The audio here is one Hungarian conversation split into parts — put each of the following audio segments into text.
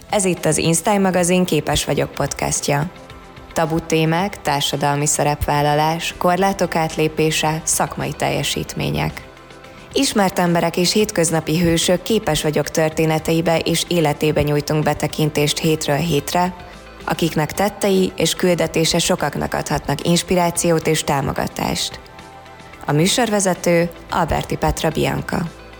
Ez itt az Instyle magazin Képes vagyok podcastja. Tabu témák, társadalmi szerepvállalás, korlátok átlépése, szakmai teljesítmények. Ismert emberek és hétköznapi hősök Képes vagyok történeteibe és életébe nyújtunk betekintést hétről hétre, akiknek tettei és küldetése sokaknak adhatnak inspirációt és támogatást. A műsorvezető Alberti Petra Bianca.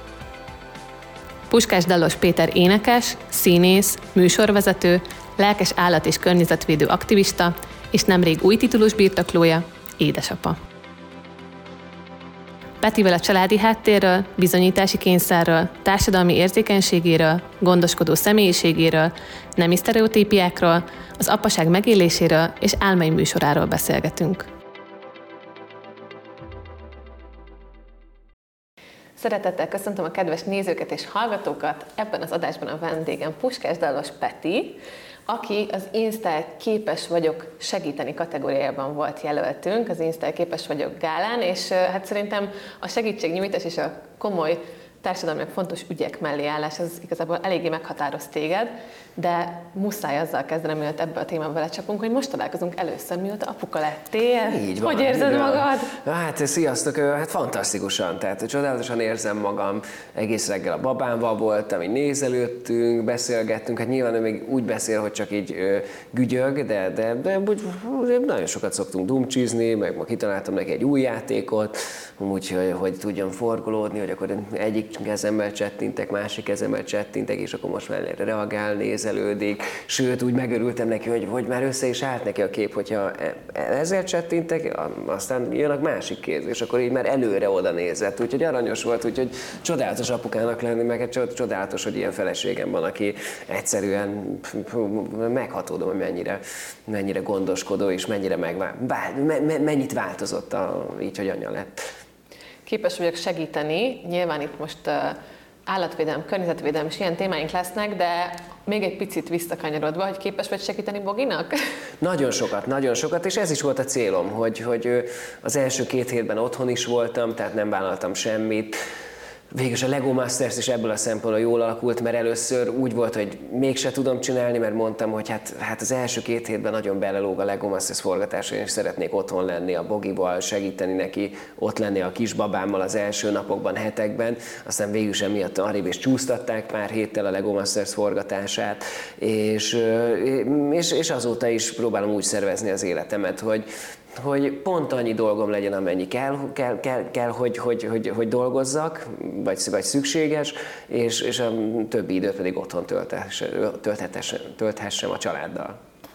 Puskás Dallos Péter énekes, színész, műsorvezető, lelkes állat- és környezetvédő aktivista, és nemrég új titulus birtoklója, édesapa. Petivel a családi háttérről, bizonyítási kényszerről, társadalmi érzékenységéről, gondoskodó személyiségéről, nemi sztereotípiákról, az apaság megéléséről és álmai műsoráról beszélgetünk. Szeretettel köszöntöm a kedves nézőket és hallgatókat. Ebben az adásban a vendégem Puskás Dallos Peti, aki az Instyle Képes vagyok segíteni kategóriájában volt jelöltünk, az Instyle Képes vagyok gálán, és hát szerintem a segítségnyújtás és a komoly társadalmilag fontos ügyek mellé állás, az igazából eléggé meghatároz téged, de muszáj azzal kezdenem, mielőtt ebbe a témába belecsapunk, hogy most találkozunk először, mióta apuka lettél. Így van. Hogy érzed magad? Hát sziasztok, hát fantasztikusan, tehát csodálatosan érzem magam, egész reggel a babámmal voltam, így nézelődtünk, beszélgettünk, hát nyilván ő még úgy beszél, hogy csak így gügyög, de nagyon sokat szoktunk dumcsizni, meg ma kitaláltam neki egy új játékot, úgyhogy hogy tudjon forgolódni, hogy akkor egyik kezemmel csettintek, másik kezemmel csettintek, és akkor most már reagál, nézelődik. Sőt, úgy megörültem neki, hogy már össze is állt neki a kép, hogyha ezzel csettintek, aztán jön a másik kéz, és akkor így már előre oda nézett. Úgyhogy aranyos volt, úgyhogy csodálatos apukának lenni, meg csodálatos, hogy ilyen feleségem van, aki egyszerűen meghatódom, hogy mennyire gondoskodó, és mennyit változott így, hogy anya lett. Képes vagyok segíteni, nyilván itt most állatvédelem, környezetvédelem és ilyen témáink lesznek, de még egy picit visszakanyarodva, hogy képes vagy segíteni Boginak? Nagyon sokat, és ez is volt a célom, hogy az első 2 hétben otthon is voltam, tehát nem vállaltam semmit. Végülis a Lego Masters is ebből a szempontból jól alakult, mert először úgy volt, hogy mégse tudom csinálni, mert mondtam, hogy hát az első 2 hétben nagyon belelóg a Lego Masters forgatása, és szeretnék otthon lenni a Bogival, segíteni neki, ott lenni a kisbabámmal az első napokban, hetekben, aztán végülis emiatt arrébb is csúsztatták pár héttel a Lego Masters forgatását, és azóta is próbálom úgy szervezni az életemet, hogy pont annyi dolgom legyen, amennyi kell hogy dolgozzak, vagy szükséges, és a többi időt pedig otthon tölthessem a családdal.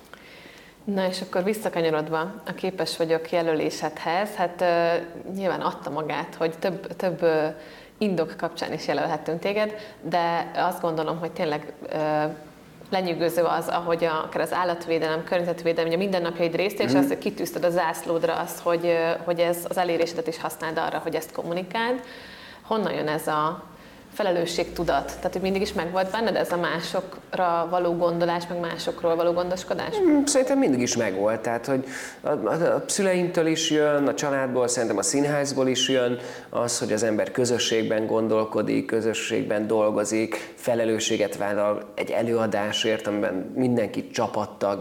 Na és akkor visszakanyarodva a Képes vagyok jelölésedhez, hát nyilván adta magát, hogy több indok kapcsán is jelölhettünk téged, de azt gondolom, hogy tényleg lenyűgöző az, ahogy akár az állatvédelem, környezetvédelem, a mindennapjaid részt, és azt, hogy kitűzted a zászlódra azt, hogy ez az elérésedet is használd arra, hogy ezt kommunikáld. Honnan jön ez a felelősségtudat? Tehát, hogy mindig is megvolt benned ez a másokra való gondolás, meg másokról való gondoskodás? Szerintem mindig is megvolt, tehát, hogy a szüleimtől is jön, a családból, szerintem a színházból is jön az, hogy az ember közösségben gondolkodik, közösségben dolgozik, felelősséget vállal egy előadásért, amiben mindenki csapattag,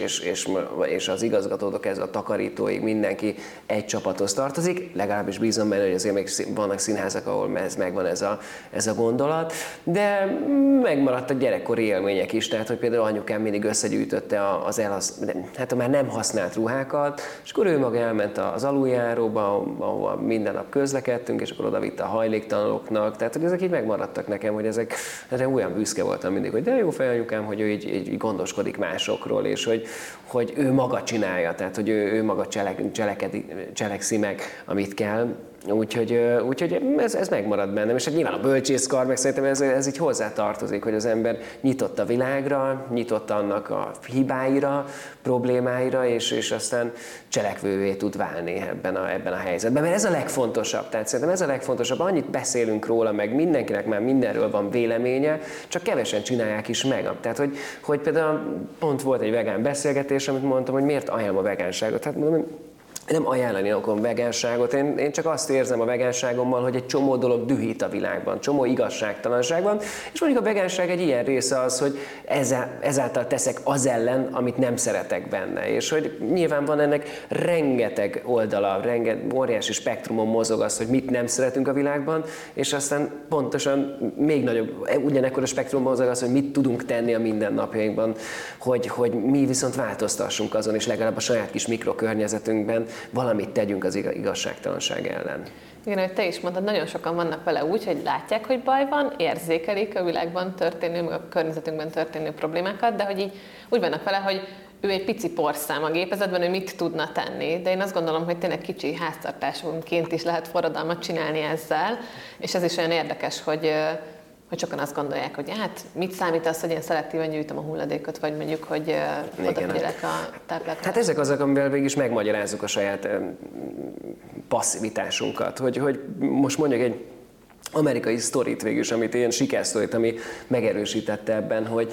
és az igazgatótól kezdve a takarítóig mindenki egy csapathoz tartozik, legalábbis bízom benne, hogy azért még vannak színházak, ahol megvan ez a gondolat, de megmaradt a gyerekkori élmények is, tehát hogy például anyukám mindig összegyűjtötte hát már nem használt ruhákat, és akkor ő maga elment az aluljáróba, ahol minden nap közlekedtünk, és akkor odavitte a hajléktalanoknak, tehát hogy ezek így megmaradtak nekem, hogy ezek olyan büszke voltam mindig, hogy de jó fej anyukám, hogy ő így gondoskodik másokról, és hogy ő maga csinálja, tehát hogy ő maga cselekszi meg, amit kell. Úgyhogy ez megmarad bennem, és hát nyilván a bölcsészkar, meg szerintem ez így hozzá tartozik, hogy az ember nyitott a világra, nyitott annak a hibáira, problémáira, és aztán cselekvővé tud válni ebben a helyzetben. Mert ez a legfontosabb, tehát szerintem ez a legfontosabb, annyit beszélünk róla, meg mindenkinek már mindenről van véleménye, csak kevesen csinálják is meg. Tehát, hogy például pont volt egy vegán beszélgetés, amit mondtam, hogy miért ajánlom a vegánságot. Hát mondom, nem ajánlani a vegánságot, én csak azt érzem a vegánságommal, hogy egy csomó dolog dühít a világban, csomó igazságtalanságban, és mondjuk a vegánság egy ilyen része az, hogy ezáltal teszek az ellen, amit nem szeretek benne, és hogy nyilván van ennek rengeteg oldala, óriási spektrumon mozog az, hogy mit nem szeretünk a világban, és aztán pontosan még nagyobb, ugyanekkor a spektrumon mozog az, hogy mit tudunk tenni a mindennapjainkban, hogy mi viszont változtassunk azon, és legalább a saját kis mikrokörnyezetünkben valamit tegyünk az igazságtalanság ellen. Igen, ahogy te is mondtad, nagyon sokan vannak vele úgy, hogy látják, hogy baj van, érzékelik a világban történő, a környezetünkben történő problémákat, de hogy így úgy vannak vele, hogy ő egy pici porszám a gépezetben, ő mit tudna tenni. De én azt gondolom, hogy tényleg kicsi háztartásonként is lehet forradalmat csinálni ezzel, és ez is olyan érdekes, hogy sokan azt gondolják, hogy hát mit számít az, hogy én szelektíven gyűjtöm a hulladékot, vagy mondjuk, hogy odafigyelek a táplálkozásra. Hát ezek azok, amivel végig is megmagyarázzuk a saját passzivitásunkat. Hogy most mondjak egy amerikai sztorit végül, amit ilyen sikersztorit, ami megerősítette ebben, hogy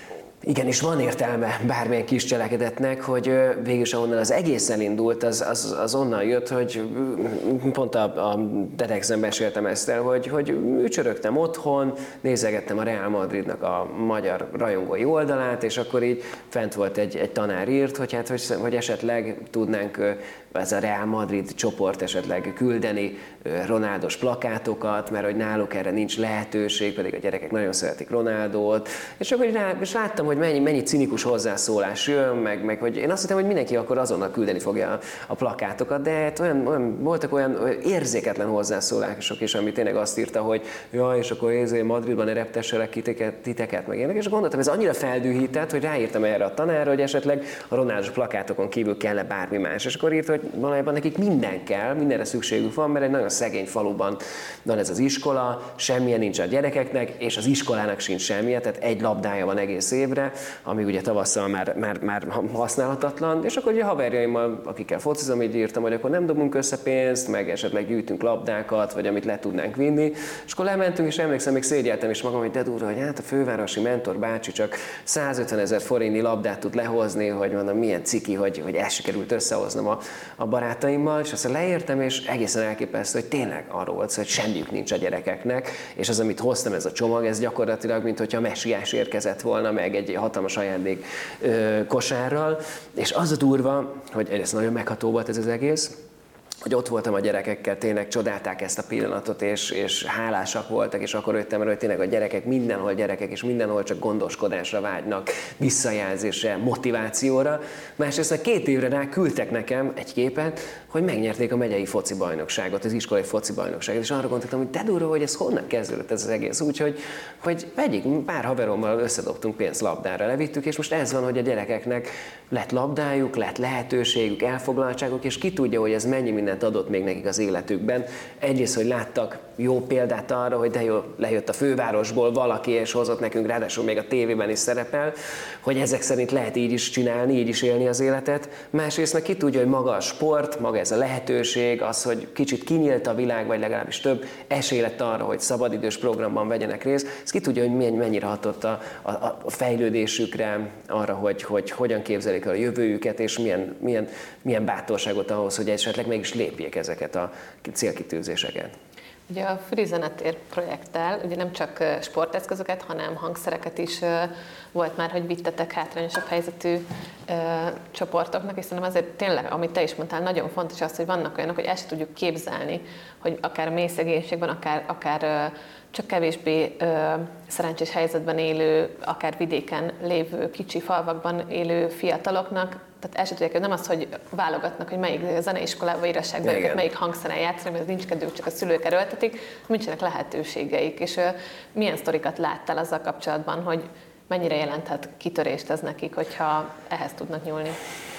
igenis van értelme bármilyen kis cselekedetnek, hogy végülis ahonnan az egész elindult, az onnan jött, hogy pont a TEDxen meséltem ezt el, hogy ücsörögtem otthon, nézegettem a Real Madridnak a magyar rajongói oldalát, és akkor így fent volt egy tanár írt, hogy esetleg tudnánk ez a Real Madrid csoport esetleg küldeni Ronaldos plakátokat, mert hogy náluk erre nincs lehetőség, pedig a gyerekek nagyon szeretik Ronaldót, és akkor és láttam, hogy mennyi cinikus hozzászólás jön, meg hogy én azt hittem, hogy mindenki akkor azonnal küldeni fogja a plakátokat, de hát voltak olyan érzéketlen hozzászólások is, ami tényleg azt írta, hogy ja, és akkor Madridban ne reptesselek titeket, meg ilyenek, és gondoltam, ez annyira feldühített, hogy ráírtam erre a tanárra, hogy esetleg a Ronaldos plakátokon kívül kell bármi más, és akkor írt, hogy valójában nekik minden kell, mindenre szükségük van, mert egy nagyon szegény faluban van ez az iskola, semmilyen nincs a gyerekeknek, és az iskolának sincs semmilyen, tehát egy labdája van egész évre, ami ugye tavasszal már használhatatlan, és akkor ugye a haverjaimmal, akikkel focizom, így írtam, hogy akkor nem dobunk össze pénzt, meg esetleg gyűjtünk labdákat, vagy amit le tudnánk vinni, és akkor lementünk, és emlékszem, még szégyeltem is magam, hogy de durva, hogy hát a fővárosi mentor bácsi csak 150 000 forintnyi labdát tud lehozni, hogy mondom, milyen ciki, hogy ezt sikerült összehoznom a barátaimmal, és aztán leértem, és egészen elképesztő, hogy tényleg arról volt, hogy semmiük nincs a gyerekeknek, és az, amit hoztam, ez a csomag, ez gyakorlatilag, mint hogyha a messiás érkezett volna, meg egy hatalmas ajándék kosárral, és az a durva, hogy ez nagyon megható volt ez az egész, hogy ott voltam a gyerekekkel, tényleg csodálták ezt a pillanatot, és hálásak voltak, és akkor jöttem rá, hogy tényleg a gyerekek mindenhol gyerekek, és mindenhol csak gondoskodásra vágynak, visszajelzésre, motivációra. Másrészt meg 2 évre rá küldtek nekem egy képet, hogy megnyerték a megyei foci bajnokságot, az iskolai foci bajnokságot, és arra gondoltam, hogy de durva, hogy ez honnan kezdődött ez az egész. Úgyhogy egyik pár haverommal összedobtunk pénzt labdára, levittük, és most ez van, hogy a gyerekeknek lett labdájuk, lett lehetőségük, elfoglaltságuk, és ki tudja, hogy ez mennyi mindent adott még nekik az életükben. Egyrészt, hogy láttak jó példát arra, hogy de jó, lejött a fővárosból valaki, és hozott nekünk, ráadásul még a tévében is szerepel, hogy ezek szerint lehet így is csinálni, így is élni az életet. Másrészt meg ki tudja, hogy maga a sport, maga ez a lehetőség, az, hogy kicsit kinyílt a világ, vagy legalábbis több esély lett arra, hogy szabadidős programban vegyenek részt, ez ki tudja, hogy mennyire hatott a fejlődésükre, arra, hogy hogyan képzelik el a jövőjüket, és milyen bátorságot ahhoz, hogy esetleg meg is lépjék ezeket a célkitűzéseket. Ugye a Free Zenetér projekttel ugye nem csak sporteszközöket, hanem hangszereket is volt már, hogy vittetek hátrányosabb helyzetű csoportoknak, és szerintem azért tényleg, amit te is mondtál, nagyon fontos az, hogy vannak olyanok, hogy el sem tudjuk képzelni, hogy akár mély szegénységben, akár csak kevésbé szerencsés helyzetben élő, akár vidéken lévő kicsi falvakban élő fiataloknak, tehát el sem tudják, hogy nem az, hogy válogatnak, hogy melyik zeneiskolába írassák be őket, melyik hangszeren játszanak, mert ez nincs kedvük, csak a szülők erőltetik, nincsenek lehetőségeik. És milyen sztorikat láttál azzal kapcsolatban, hogy mennyire jelenthet kitörést ez nekik, hogyha ehhez tudnak nyúlni?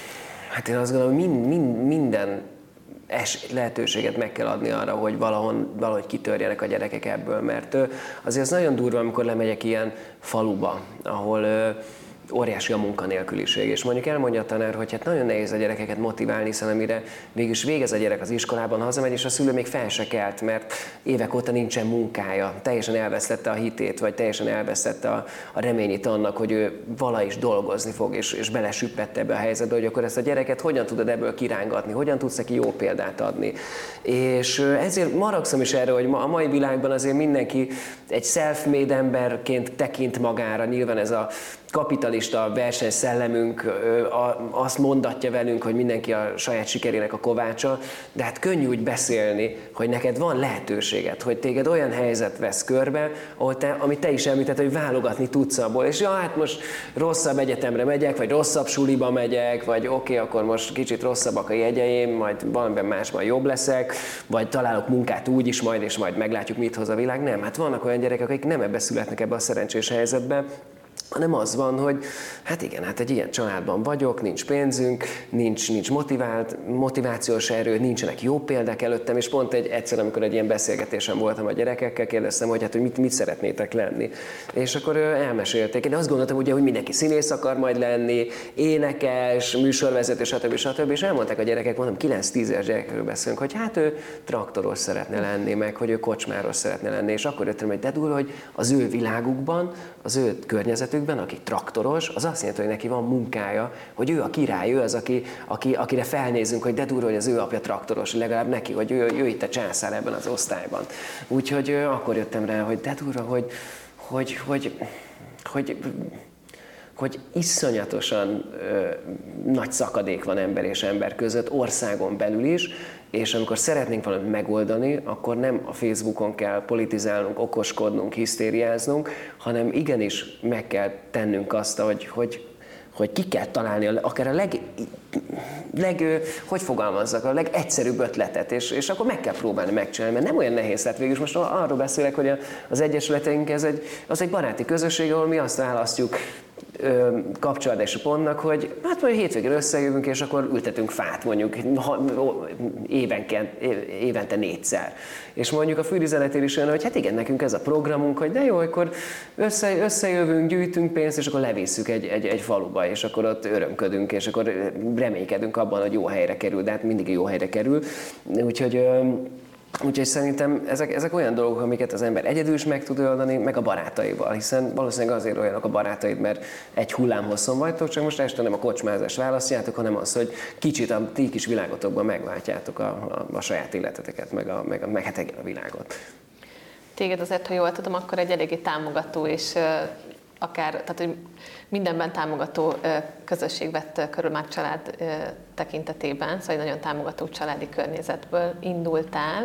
Hát én azt gondolom, minden lehetőséget meg kell adni arra, hogy valahogy kitörjenek a gyerekek ebből, mert azért az nagyon durva, amikor lemegyek ilyen faluba, ahol óriási a munkanélküliség, és mondjuk elmondja a tanár, hogy hát nagyon nehéz a gyerekeket motiválni, hiszen amire végülis végez a gyerek az iskolában, hazamegy, és a szülő még fel se kelt, mert évek óta nincsen munkája, teljesen elvesztette a hitét, vagy teljesen elvesztette a reményét annak, hogy ő vala is dolgozni fog, és belesüppett ebbe a helyzetbe, hogy akkor ezt a gyereket hogyan tudod ebből kirángatni, hogyan tudsz neki jó példát adni. És ezért maragszom is erre, hogy a mai világban azért mindenki egy self-made emberként tekint magára, nyilván ez a kapitalista versenyszellemünk azt mondatja velünk, hogy mindenki a saját sikerének a kovácsa, de hát könnyű úgy beszélni, hogy neked van lehetőséged, hogy téged olyan helyzet vesz körbe, ahol amit te is említett, hogy válogatni tudsz abból, és ja, hát most rosszabb egyetemre megyek, vagy rosszabb suliba megyek, vagy oké, akkor most kicsit rosszabbak a jegyeim, majd valamiben másban jobb leszek, vagy találok munkát úgy is majd, és majd meglátjuk, mit hoz a világ. Nem, hát vannak olyan gyerekek, akik nem ebbe születnek, ebbe a szerencsés helyzetbe, hanem az van, hogy hát igen, hát egy ilyen családban vagyok, nincs pénzünk, nincs motivációs erő, nincsenek jó példák előttem, és pont egyszer, amikor egy ilyen beszélgetésen voltam a gyerekekkel, kérdeztem, hogy hát, hogy mit szeretnétek lenni. És akkor elmesélték. Én azt gondoltam, ugye, hogy mindenki színész akar majd lenni, énekes, műsorvezető, stb. És elmondták a gyerekek, mondom, 9-10 éves gyerekekről beszélünk, hogy hát ő traktoros szeretne lenni, meg hogy ő kocsmáros szeretne lenni. És akkor jöttem, hogy de durva, hogy az ő világukban, az ő környezetükben, aki traktoros, az azt jelenti, hogy neki van munkája, hogy ő a király, ő az, akire felnézünk, hogy de durva, hogy az ő apja traktoros, legalább neki, hogy ő itt a császár ebben az osztályban. Úgyhogy akkor jöttem rá, hogy de durva, hogy iszonyatosan nagy szakadék van ember és ember között, országon belül is, és amikor szeretnénk valamit megoldani, akkor nem a Facebookon kell politizálnunk, okoskodnunk, hisztériáznunk, hanem igenis meg kell tennünk azt, hogy ki kell találni akár a hogy fogalmazzak, a legegyszerűbb ötletet, és akkor meg kell próbálni megcsinálni, mert nem olyan nehéz. Tehát végül most arról beszélek, hogy az egyesületeink az egy baráti közösség, ahol mi azt választjuk kapcsolódási pontnak, hogy hát majd hétvégén összejövünk, és akkor ültetünk fát mondjuk évente 4-szer. És mondjuk a főüzenetér is olyan, hogy hát igen, nekünk ez a programunk, hogy de jó, akkor összejövünk, gyűjtünk pénzt, és akkor levisszük egy faluba, és akkor ott örömködünk, és akkor reménykedünk abban, hogy jó helyre kerül, de hát mindig jó helyre kerül. Úgyhogy szerintem ezek olyan dolgok, amiket az ember egyedül is meg tud oldani, meg a barátaival, hiszen valószínűleg azért olyanok a barátaid, mert egy hullámhosszon vagytok, csak most este nem a kocsmázást választjátok, hanem az, hogy kicsit a ti kis világotokban megváltjátok a saját életeteket, meg hát a világot. Téged azért, ha jól tudom, akkor egy eléggé támogató és tehát hogy mindenben támogató közösség vett körül már család tekintetében, szóval egy nagyon támogató családi környezetből indultál.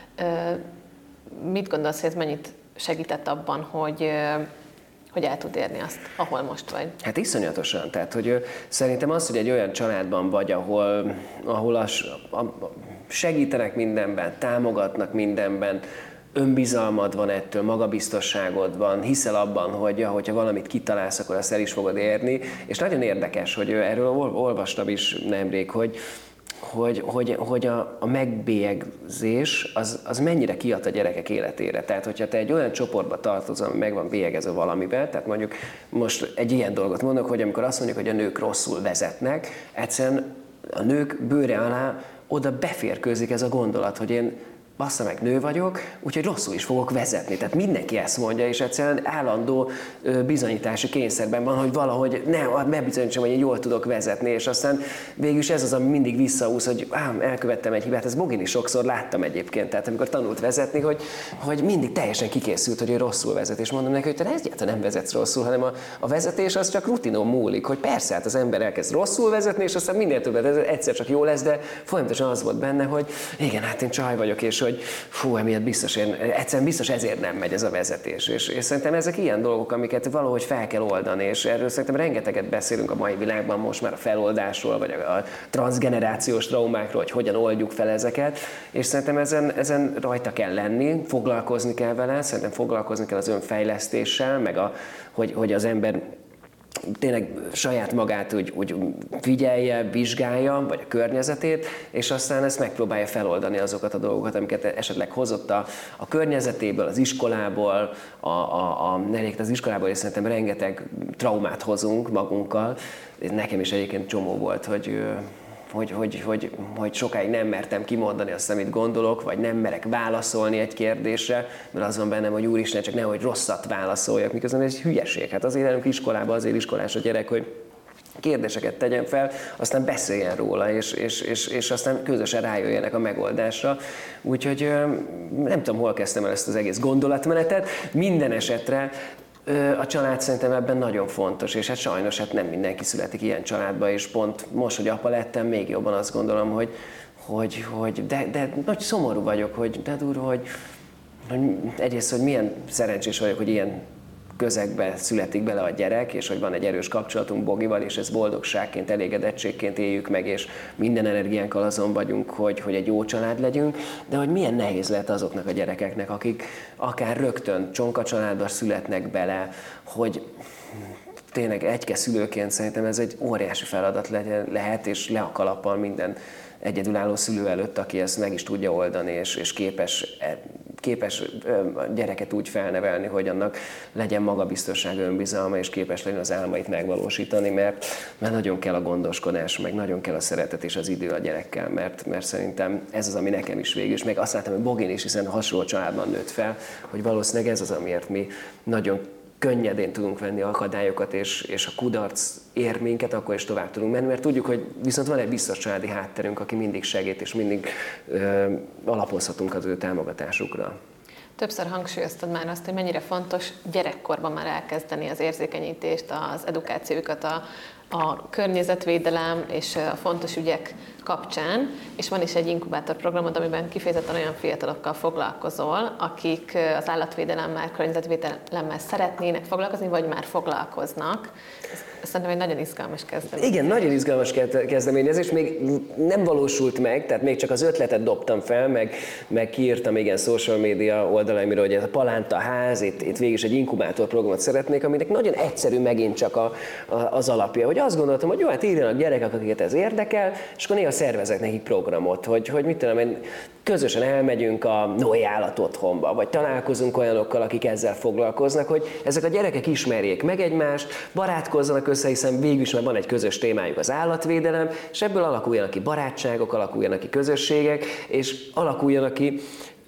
Mit gondolsz, hogy ez mennyit segített abban, hogy el tud érni azt, ahol most vagy? Hát iszonyatosan. Tehát, hogy szerintem az, hogy egy olyan családban vagy, ahol segítenek mindenben, támogatnak mindenben, önbizalmad van ettől, magabiztosságod van, hiszel abban, hogy hogyha valamit kitalálsz, akkor azt el is fogod érni. És nagyon érdekes, hogy erről olvastam is nemrég, hogy a megbélyegzés az mennyire kihat a gyerekek életére. Tehát, hogyha te egy olyan csoportba tartozol, ami meg van bélyegezve valamivel, tehát mondjuk most egy ilyen dolgot mondok, hogy amikor azt mondjuk, hogy a nők rosszul vezetnek, egyszerűen a nők bőre alá oda beférkőzik ez a gondolat, hogy én bassza meg, nő vagyok, úgyhogy rosszul is fogok vezetni. Tehát mindenki ezt mondja, és egyszerűen állandó bizonyítási kényszerben van, hogy valahogy bebizonyítsam, hogy én jól tudok vezetni, és aztán végül is ez az, ami mindig visszahúz, hogy elkövettem egy hibát, ezt Bogin is sokszor láttam egyébként, tehát amikor tanult vezetni, hogy mindig teljesen kikészült, hogy ő rosszul vezet, és mondom neki, hogy te egyáltalán nem vezetsz rosszul, hanem a vezetés az csak rutinon múlik, hogy persze, hát az ember elkezd rosszul vezetni, és aztán minél többet egyszer csak jó lesz, de folyamatosan az volt benne, hogy igen, hát én csaj vagyok, és hogy emiatt biztos ezért nem megy ez a vezetés. És szerintem ezek ilyen dolgok, amiket valahogy fel kell oldani, és erről szerintem rengeteget beszélünk a mai világban most már a feloldásról, vagy a transzgenerációs traumákról, hogy hogyan oldjuk fel ezeket, és szerintem ezen rajta kell lenni, foglalkozni kell vele, szerintem foglalkozni kell az önfejlesztéssel, meg hogy az ember tényleg saját magát úgy figyelje, vizsgálja, vagy a környezetét, és aztán ezt megpróbálja feloldani azokat a dolgokat, amiket esetleg hozott a környezetéből, az iskolából, az iskolából, és szerintem rengeteg traumát hozunk magunkkal. Nekem is egyébként csomó volt, hogy sokáig nem mertem kimondani azt, amit gondolok, vagy nem merek válaszolni egy kérdésre, mert az van bennem, hogy úristen, csak nehogy rosszat válaszoljak, miközben ez egy hülyeség. Hát azért járunk iskolába, azért iskolás a gyerek, hogy kérdéseket tegyen fel, aztán beszéljen róla, és aztán közösen rájöjjenek a megoldásra. Úgyhogy nem tudom, hol kezdtem el ezt az egész gondolatmenetet. Minden esetre a család szerintem ebben nagyon fontos, és hát sajnos nem mindenki születik ilyen családba, és pont most, hogy apa lettem, még jobban azt gondolom, de nagy szomorú vagyok, hogy egyrészt, hogy milyen szerencsés vagyok, hogy ilyen közegbe születik bele a gyerek, és hogy van egy erős kapcsolatunk Bogival, és ez boldogságként, elégedettségként éljük meg, és minden energiánkkal azon vagyunk, hogy egy jó család legyünk, de hogy milyen nehéz lehet azoknak a gyerekeknek, akik akár rögtön csonka családba születnek bele, hogy tényleg egyke-szülőként szerintem ez egy óriási feladat lehet, és le a kalappal minden egyedülálló szülő előtt, aki ezt meg is tudja oldani, és képes a gyereket úgy felnevelni, hogy annak legyen magabiztosság, önbizalma, és képes legyen az álmait megvalósítani, mert nagyon kell a gondoskodás, meg nagyon kell a szeretet és az idő a gyerekkel, mert szerintem ez az, ami nekem is végül, és meg azt látom, hogy Bogin is, hiszen hasonló családban nőtt fel, hogy valószínűleg ez az, amiért mi nagyon könnyedén tudunk venni akadályokat, és a kudarc ér minket, akkor is tovább tudunk menni, mert tudjuk, hogy viszont van egy biztos családi hátterünk, aki mindig segít, és mindig alapozhatunk az ő támogatásukra. Többször hangsúlyoztad már azt, hogy mennyire fontos gyerekkorban már elkezdeni az érzékenyítést, az edukációjukat, a környezetvédelem és a fontos ügyek kapcsán, és van is egy inkubátorprogramod, amiben kifejezetten olyan fiatalokkal foglalkozol, akik az állatvédelemmel, környezetvédelemmel szeretnének foglalkozni, vagy már foglalkoznak. Ez szerintem egy nagyon izgalmas kezdeményezés. Igen, nagyon izgalmas kezdeményezés, még nem valósult meg, tehát még csak az ötletet dobtam fel, meg kiírtam igen social media oldalaimra, hogy ez a Palánta ház, itt végig is egy inkubátorprogramot szeretnék, aminek nagyon egyszerű megint csak az alapja, hogy azt gondoltam, hogy jó, hát írjanak gyerekek, akiket ez érdekel, és akkor néha szervezek nekik programot, hogy mit tudom én, közösen elmegyünk a Noé állatotthonba, vagy találkozunk olyanokkal, akik ezzel foglalkoznak, hogy ezek a gyerekek ismerjék meg egymást, barátkozzanak össze, hiszen végül is már van egy közös témájuk, az állatvédelem, és ebből alakuljanak ki barátságok, alakuljanak ki közösségek, és alakuljanak ki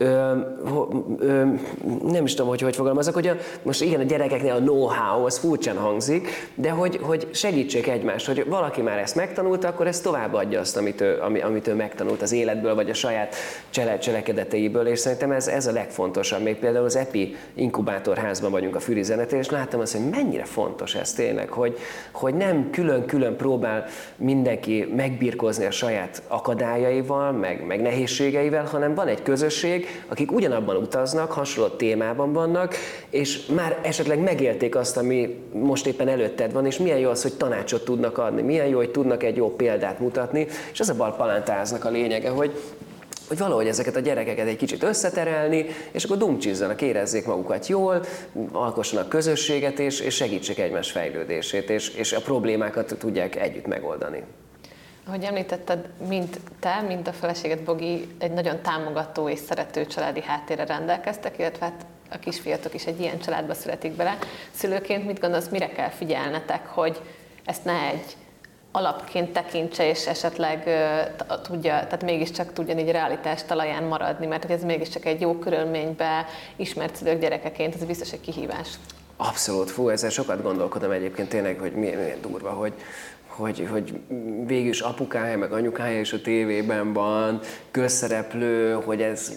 nem is tudom, hogy fogalmazok, hogy most igen, a gyerekeknél a know-how, az furcsán hangzik, de hogy segítsék egymást, hogy valaki már ezt megtanulta, akkor ezt továbbadja azt, amit ő megtanult az életből, vagy a saját cselekedeteiből, és szerintem ez a legfontosabb. Még például az EPI inkubátorházban vagyunk a Füri Zenetén, és láttam azt, hogy mennyire fontos ez tényleg, hogy nem külön-külön próbál mindenki megbirkózni a saját akadályaival, meg nehézségeivel, hanem van egy közösség, akik ugyanabban utaznak, hasonló témában vannak, és már esetleg megélték azt, ami most éppen előtted van, és milyen jó az, hogy tanácsot tudnak adni, milyen jó, hogy tudnak egy jó példát mutatni, és ez a Palántáznak a lényege, hogy valahogy ezeket a gyerekeket egy kicsit összeterelni, és akkor dumcsizzanak, érezzék magukat jól, alkossanak közösséget, és segítsék egymás fejlődését, és a problémákat tudják együtt megoldani. Ahogy említetted, mind te, mind a feleséged Bogi egy nagyon támogató és szerető családi háttérrel rendelkeztek, illetve hát a kisfiatok is egy ilyen családba születik bele. Szülőként mit gondolsz, mire kell figyelnetek, hogy ezt ne egy alapként tekintse, és esetleg tudja, tehát mégiscsak tudjon így realitás talaján maradni, mert ez mégiscsak egy jó körülménybe ismert szülők gyerekeként, ez biztos egy kihívás. Abszolút, ezzel sokat gondolkodom egyébként tényleg, hogy milyen durva, hogy végül is apukája, meg anyukája is a tévében van, közszereplő, hogy ez,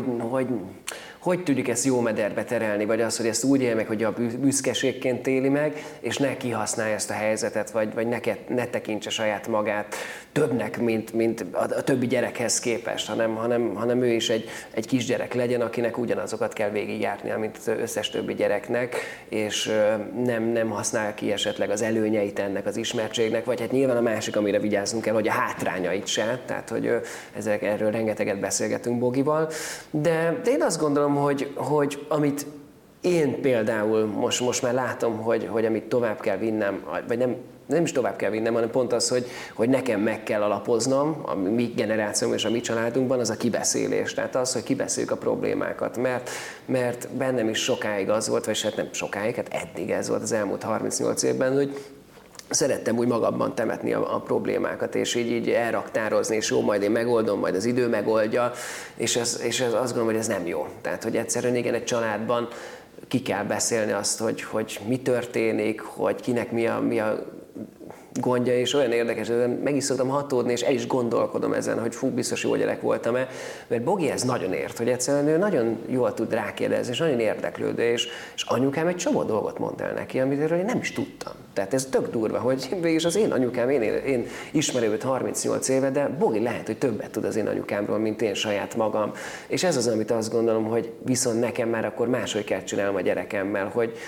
hogy tudjuk ezt jó mederbe terelni, vagy az, hogy ezt úgy élj meg, hogy a büszkeségként éli meg, és ne kihasználja ezt a helyzetet, vagy ne tekintse saját magát többnek, mint a többi gyerekhez képest, hanem ő is egy kisgyerek legyen, akinek ugyanazokat kell végigjárnia, mint az összes többi gyereknek, és nem használja ki esetleg az előnyeit ennek az ismertségnek, vagy hát nyilván a másik, amire vigyázzunk kell, hogy a hátrányait se, tehát hogy erről rengeteget beszélgetünk Bogival, de én azt gondolom, hogy amit én például most már látom, hogy amit tovább kell vinnem, vagy nem is tovább kell vinnem, hanem pont az, hogy nekem meg kell alapoznom, a mi generációm és a mi családunkban, az a kibeszélés. Tehát az, hogy kibeszéljük a problémákat, mert bennem is sokáig az volt, vagy hát nem sokáig, hát eddig ez volt az elmúlt 38 évben, hogy szerettem úgy magamban temetni a problémákat, és így elraktározni, és jó, majd én megoldom, majd az idő megoldja, és azt gondolom, hogy ez nem jó. Tehát, hogy egyszerűen igen, egy családban ki kell beszélni azt, hogy mi történik, hogy kinek mi a gondja, és olyan érdekes, hogy meg is szoktam hatódni, és el is gondolkodom ezen, hogy fú, biztos jó gyerek voltam-e, mert Bogi ez nagyon ért, hogy egyszerűen ő nagyon jól tud rákérdezni, és nagyon érdeklődő, és anyukám egy csomó dolgot mond el neki, amiről én nem is tudtam. Tehát ez tök durva, hogy végülis az én anyukám, én ismerem őt 38 éve, de Bogi lehet, hogy többet tud az én anyukámról, mint én saját magam. És ez az, amit azt gondolom, hogy viszont nekem már akkor máshogy kell csinálnom a gyerekemmel,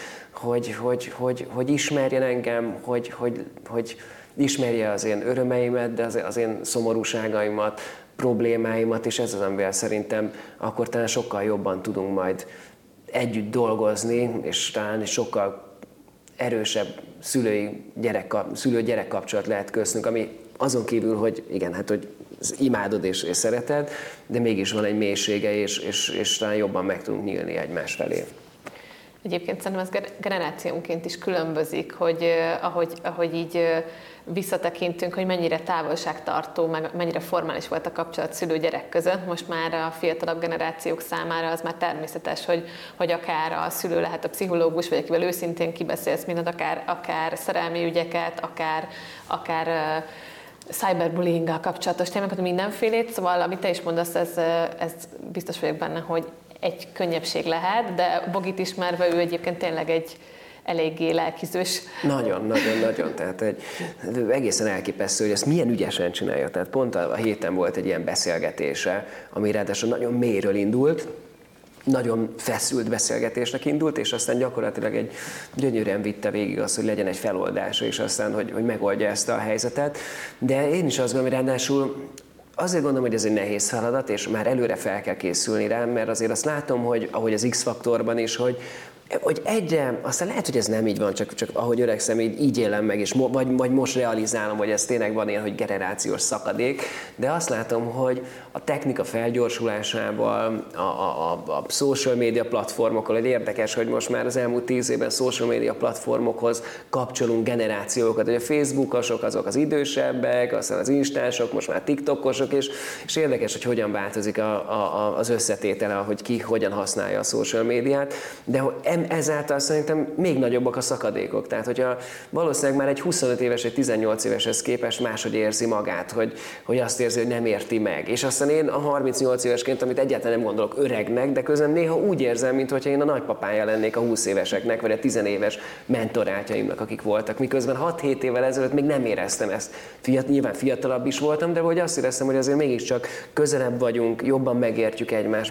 hogy ismerjen engem, hogy ismerje az én örömeimet, de az én szomorúságaimat, problémáimat, és ez az, amivel szerintem akkor talán sokkal jobban tudunk majd együtt dolgozni, és talán sokkal erősebb szülő-gyerek kapcsolat lehet köztünk, ami azon kívül, hogy igen, hát hogy imádod és szereted, de mégis van egy mélysége, és talán jobban meg tudunk nyílni egymás felé. Egyébként szerintem ez generációnként is különbözik, hogy ahogy így visszatekintünk, hogy mennyire távolságtartó, meg mennyire formális volt a kapcsolat szülő-gyerek között. Most már a fiatalabb generációk számára az már természetes, hogy akár a szülő lehet a pszichológus, vagy akivel őszintén kibeszélsz mindent, akár szerelmi ügyeket, akár cyberbullyinggal kapcsolatos témákat, mindenfélét. Szóval, amit te is mondasz, ez biztos vagyok benne, hogy egy könnyebbség lehet, de Bogit ismerve ő egyébként tényleg egy eléggé lelkizős. Nagyon. Tehát egészen elképesztő, hogy ezt milyen ügyesen csinálja. Tehát pont a héten volt egy ilyen beszélgetése, ami ráadásul nagyon mélyről indult, nagyon feszült beszélgetésnek indult, és aztán gyakorlatilag egy gyönyörűen vitte végig azt, hogy legyen egy feloldása, és aztán, hogy megoldja ezt a helyzetet. De én is azt gondolom, hogy ráadásul azért gondolom, hogy ez egy nehéz feladat, és már előre fel kell készülni rá, mert azért azt látom, hogy ahogy az X-faktorban is, hogy egyre, aztán lehet, hogy ez nem így van, csak ahogy öregszem, így élem meg, és vagy most realizálom, hogy ez tényleg van ilyen, hogy generációs szakadék, de azt látom, hogy a technika felgyorsulásával, a social media platformokkal, hogy érdekes, hogy most már az elmúlt 10 évben social media platformokhoz kapcsolunk generációkat, hogy a Facebookosok azok az idősebbek, aztán az instások, most már TikTokosok, és érdekes, hogy hogyan változik az összetétele, hogy ki hogyan használja a social médiát, de ezáltal szerintem még nagyobbak a szakadékok. Tehát, hogyha valószínűleg már egy 25 éves, egy 18 éveshez képest máshogy érzi magát, hogy azt érzi, hogy nem érti meg. És aztán én a 38 évesként, amit egyáltalán nem gondolok öregnek, de közben néha úgy érzem, mintha én a nagypapája lennék a 20 éveseknek, vagy a 10 éves mentorátjaimnak, akik voltak. Miközben 6-7 évvel ezelőtt még nem éreztem ezt. Nyilván fiatalabb is voltam, de hogy azt éreztem, hogy azért mégiscsak közelebb vagyunk, jobban megértjük egymást,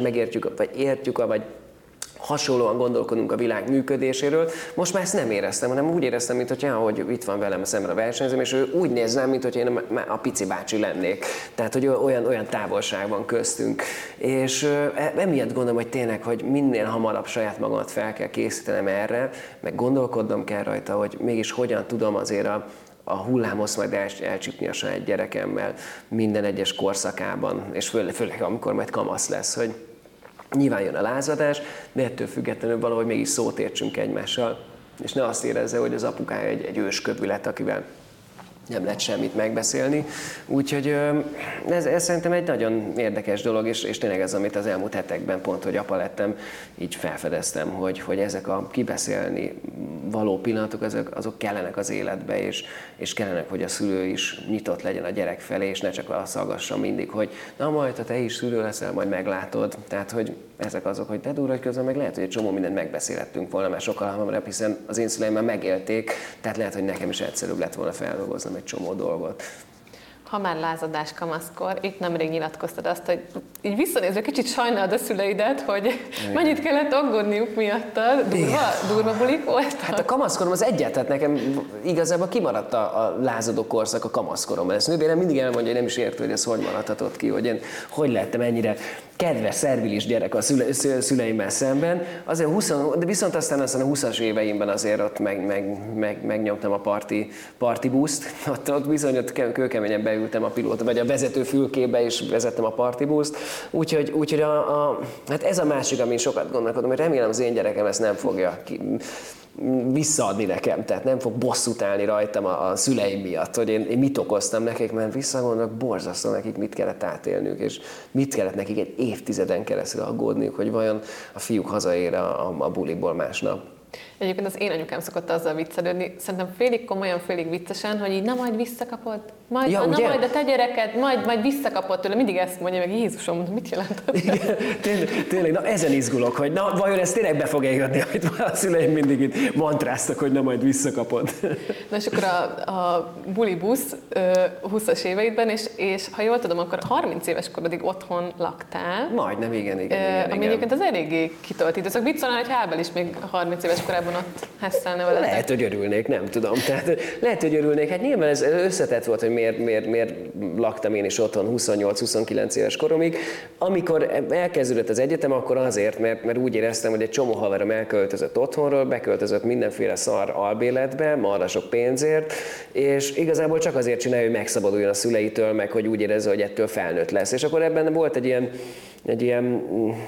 vagy hasonlóan gondolkodunk a világ működéséről. Most már ezt nem éreztem, hanem úgy éreztem, hogy itt van velem szemben a versenyzőm, és ő úgy néz rám, mintha én a pici bácsi lennék. Tehát, hogy olyan távolság van köztünk. És emiatt gondolom, hogy tényleg, hogy minél hamarabb saját magamat fel kell készítenem erre, meg gondolkodnom kell rajta, hogy mégis hogyan tudom azért a hullámhoz majd elcsípni a saját gyerekemmel minden egyes korszakában, és főleg amikor majd kamasz lesz, hogy nyilván jön a lázadás, de ettől függetlenül valahogy mégis szót értsünk egymással, és ne azt érezze, hogy az apukája egy őskövület, akivel nem lehet semmit megbeszélni. Úgyhogy ez szerintem egy nagyon érdekes dolog, és tényleg ez, amit az elmúlt hetekben pont, hogy apa lettem, így felfedeztem, hogy ezek a kibeszélni való pillanatok, azok kellenek az életbe, és kellenek, hogy a szülő is nyitott legyen a gyerek felé, és ne csak azt hallgassa mindig, hogy na majd, ha te is szülő leszel, majd meglátod. Tehát, hogy ezek azok, hogy te durva, hogy közben meg lehet, hogy egy csomó mindent megbeszélhettünk volna már sokkal hamarabb, hiszen az én szüleim már megélték, tehát lehet, hogy nekem is egyszerűbb lett volna feldolgoznom egy csomó dolgot. Ha már lázadás kamaszkor, itt nemrég nyilatkoztad azt, hogy így visszanézve kicsit sajnálod a szüleidet, hogy mennyit kellett aggódniuk miattad, durva bulik voltak? Hát a kamaszkorom az egyáltalán nekem igazából kimaradt a lázadó korszak a kamaszkoromban. Ezt nővérem mindig elmondja, hogy nem is értő, hogy ez hogy maradhatott ki, hogy én hogy lehettem ennyire kedves, szervilis gyerek a szüleimmel szemben, azért de viszont aztán a 20-as éveimben azért ott megnyomtam a party boost, ott bizony ott kőkeményen beültem a pilóta, vagy a vezető fülkébe és vezettem a party boost, úgyhogy hát ez a másik, amin sokat gondolkodom, hogy remélem az én gyerekem ezt nem fogja visszaadni nekem, tehát nem fog bosszút állni rajtam a szüleim miatt, hogy én mit okoztam nekik, mert visszagondolok, borzasztó nekik mit kellett átélniük, és mit kellett nekik egy évtizeden keresztül aggódniuk, hogy vajon a fiúk hazaér a buliból másnap. Egyébként az én anyukám szokott azzal viccelődni, szerintem félig komolyan, félig viccesen, hogy így na majd visszakapod, majd a te gyereked, majd visszakapod tőle, mindig ezt mondja, meg Jézusom, mit jelent? Igen, tényleg, na ezen izgulok, hogy na vajon ez tényleg be fog eljönni, amit a szüleim mindig itt mantráztak, hogy na majd visszakapod. Na és akkor a buli busz 20-as éveidben, és ha jól tudom, akkor 30 éves korodig otthon laktál. Majdnem, igen. Ami egyébként az eléggé kitolt időszak. Mit szólnál, hogy Hábel is még 30 éves korában ott hesszelne vele? Lehet, hogy örülnék, nem tudom. Tehát, lehet, hogy örülnék. Hát nyilván ez összetett volt, hogy miért laktam én is otthon 28-29 éves koromig. Amikor elkezdődött az egyetem, akkor azért, mert úgy éreztem, hogy egy csomó haverom elköltözött otthonról, beköltözött mindenféle szar albéletbe, marra sok pénzért, és igazából csak azért csinálja, hogy megszabaduljon a szüleitől, meg hogy úgy érezze, hogy ettől felnőtt lesz. És akkor ebben volt egy ilyen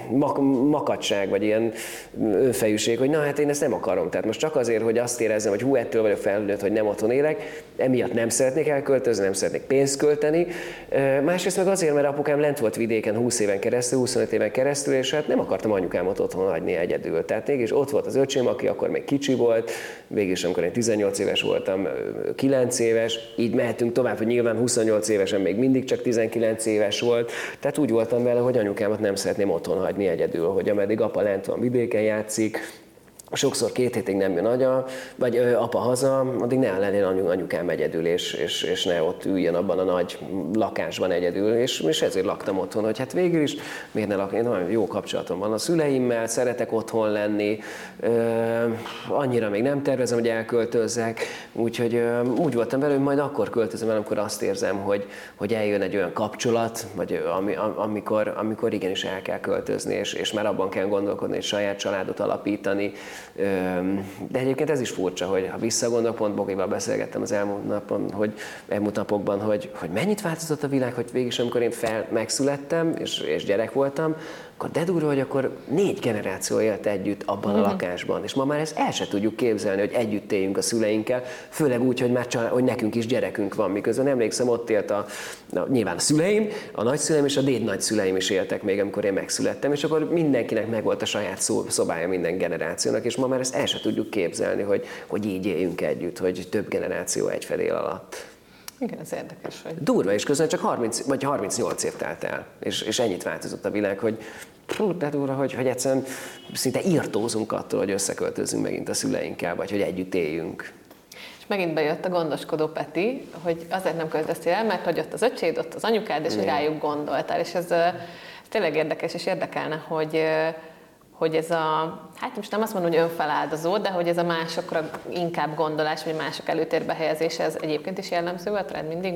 makadság, vagy ilyen önfejűség, hogy na hát én ezt nem akarom. Tehát most csak azért, hogy azt érezzem, hogy ettől vagyok felnőtt, hogy nem otthon élek, emiatt nem szeretnék elköltözni, nem szeretnék pénzt költeni. Másrészt meg azért, mert apukám lent volt vidéken 20 éven keresztül, 25 éven keresztül, és hát nem akartam anyukámat otthon hagyni egyedül. Tehát mégis ott volt az öcsém, aki akkor még kicsi volt, végülis amikor én 18 éves voltam, 9 éves, így mehetünk tovább, hogy nyilván 28 évesen még mindig csak 19 éves volt. Tehát úgy voltam vele, hogy anyukámat nem szeretném otthon hagyni egyedül, hogy ameddig apa lent van, vidéken játszik, sokszor 2 hétig nem jön vagy apa haza, addig ne legyen anyukám egyedül, és ne ott üljön abban a nagy lakásban egyedül, és ezért laktam otthon, hogy hát végül is miért ne lakni, nagyon jó kapcsolatom van a szüleimmel, szeretek otthon lenni, annyira még nem tervezem, hogy elköltözzek, úgyhogy úgy voltam vele, hogy majd akkor költözöm el, amikor azt érzem, hogy eljön egy olyan kapcsolat, vagy amikor igenis el kell költözni, és már abban kell gondolkodni, hogy saját családot alapítani. De egyébként ez is furcsa, hogy ha visszagondolok, pont Bogival beszélgettem az elmúlt napokban, hogy mennyit változott a világ, hogy végig amikor én megszülettem, és gyerek voltam, akkor de durva, hogy akkor 4 generáció élt együtt abban a lakásban, és ma már ezt el se tudjuk képzelni, hogy együtt éljünk a szüleinkkel, főleg úgy, hogy nekünk is gyerekünk van, miközben emlékszem, ott élt nyilván a szüleim, a nagyszüleim és a dédnagyszüleim is éltek még, amikor én megszülettem, és akkor mindenkinek megvolt a saját szobája minden generációnak, és ma már ezt el se tudjuk képzelni, hogy így éljünk együtt, hogy több generáció egy fedél alatt. Igen, ez érdekes, hogy... Durva, és közben csak 30 vagy 38 év telt el, és ennyit változott a világ, hogy de durva, hogy egyszerűen szinte írtózunk attól, hogy összeköltözzünk megint a szüleinkkel, vagy hogy együtt éljünk. És megint bejött a gondoskodó Peti, hogy azért nem költöztél el, mert hogy ott az öcséd, ott az anyukád, és hogy rájuk gondoltál, és ez tényleg érdekes, és érdekelne, hogy ez hát most nem azt mondom, hogy önfeláldozó, de hogy ez a másokra inkább gondolás, vagy mások előtérbe helyezése, ez egyébként is jellemző volt rád mindig?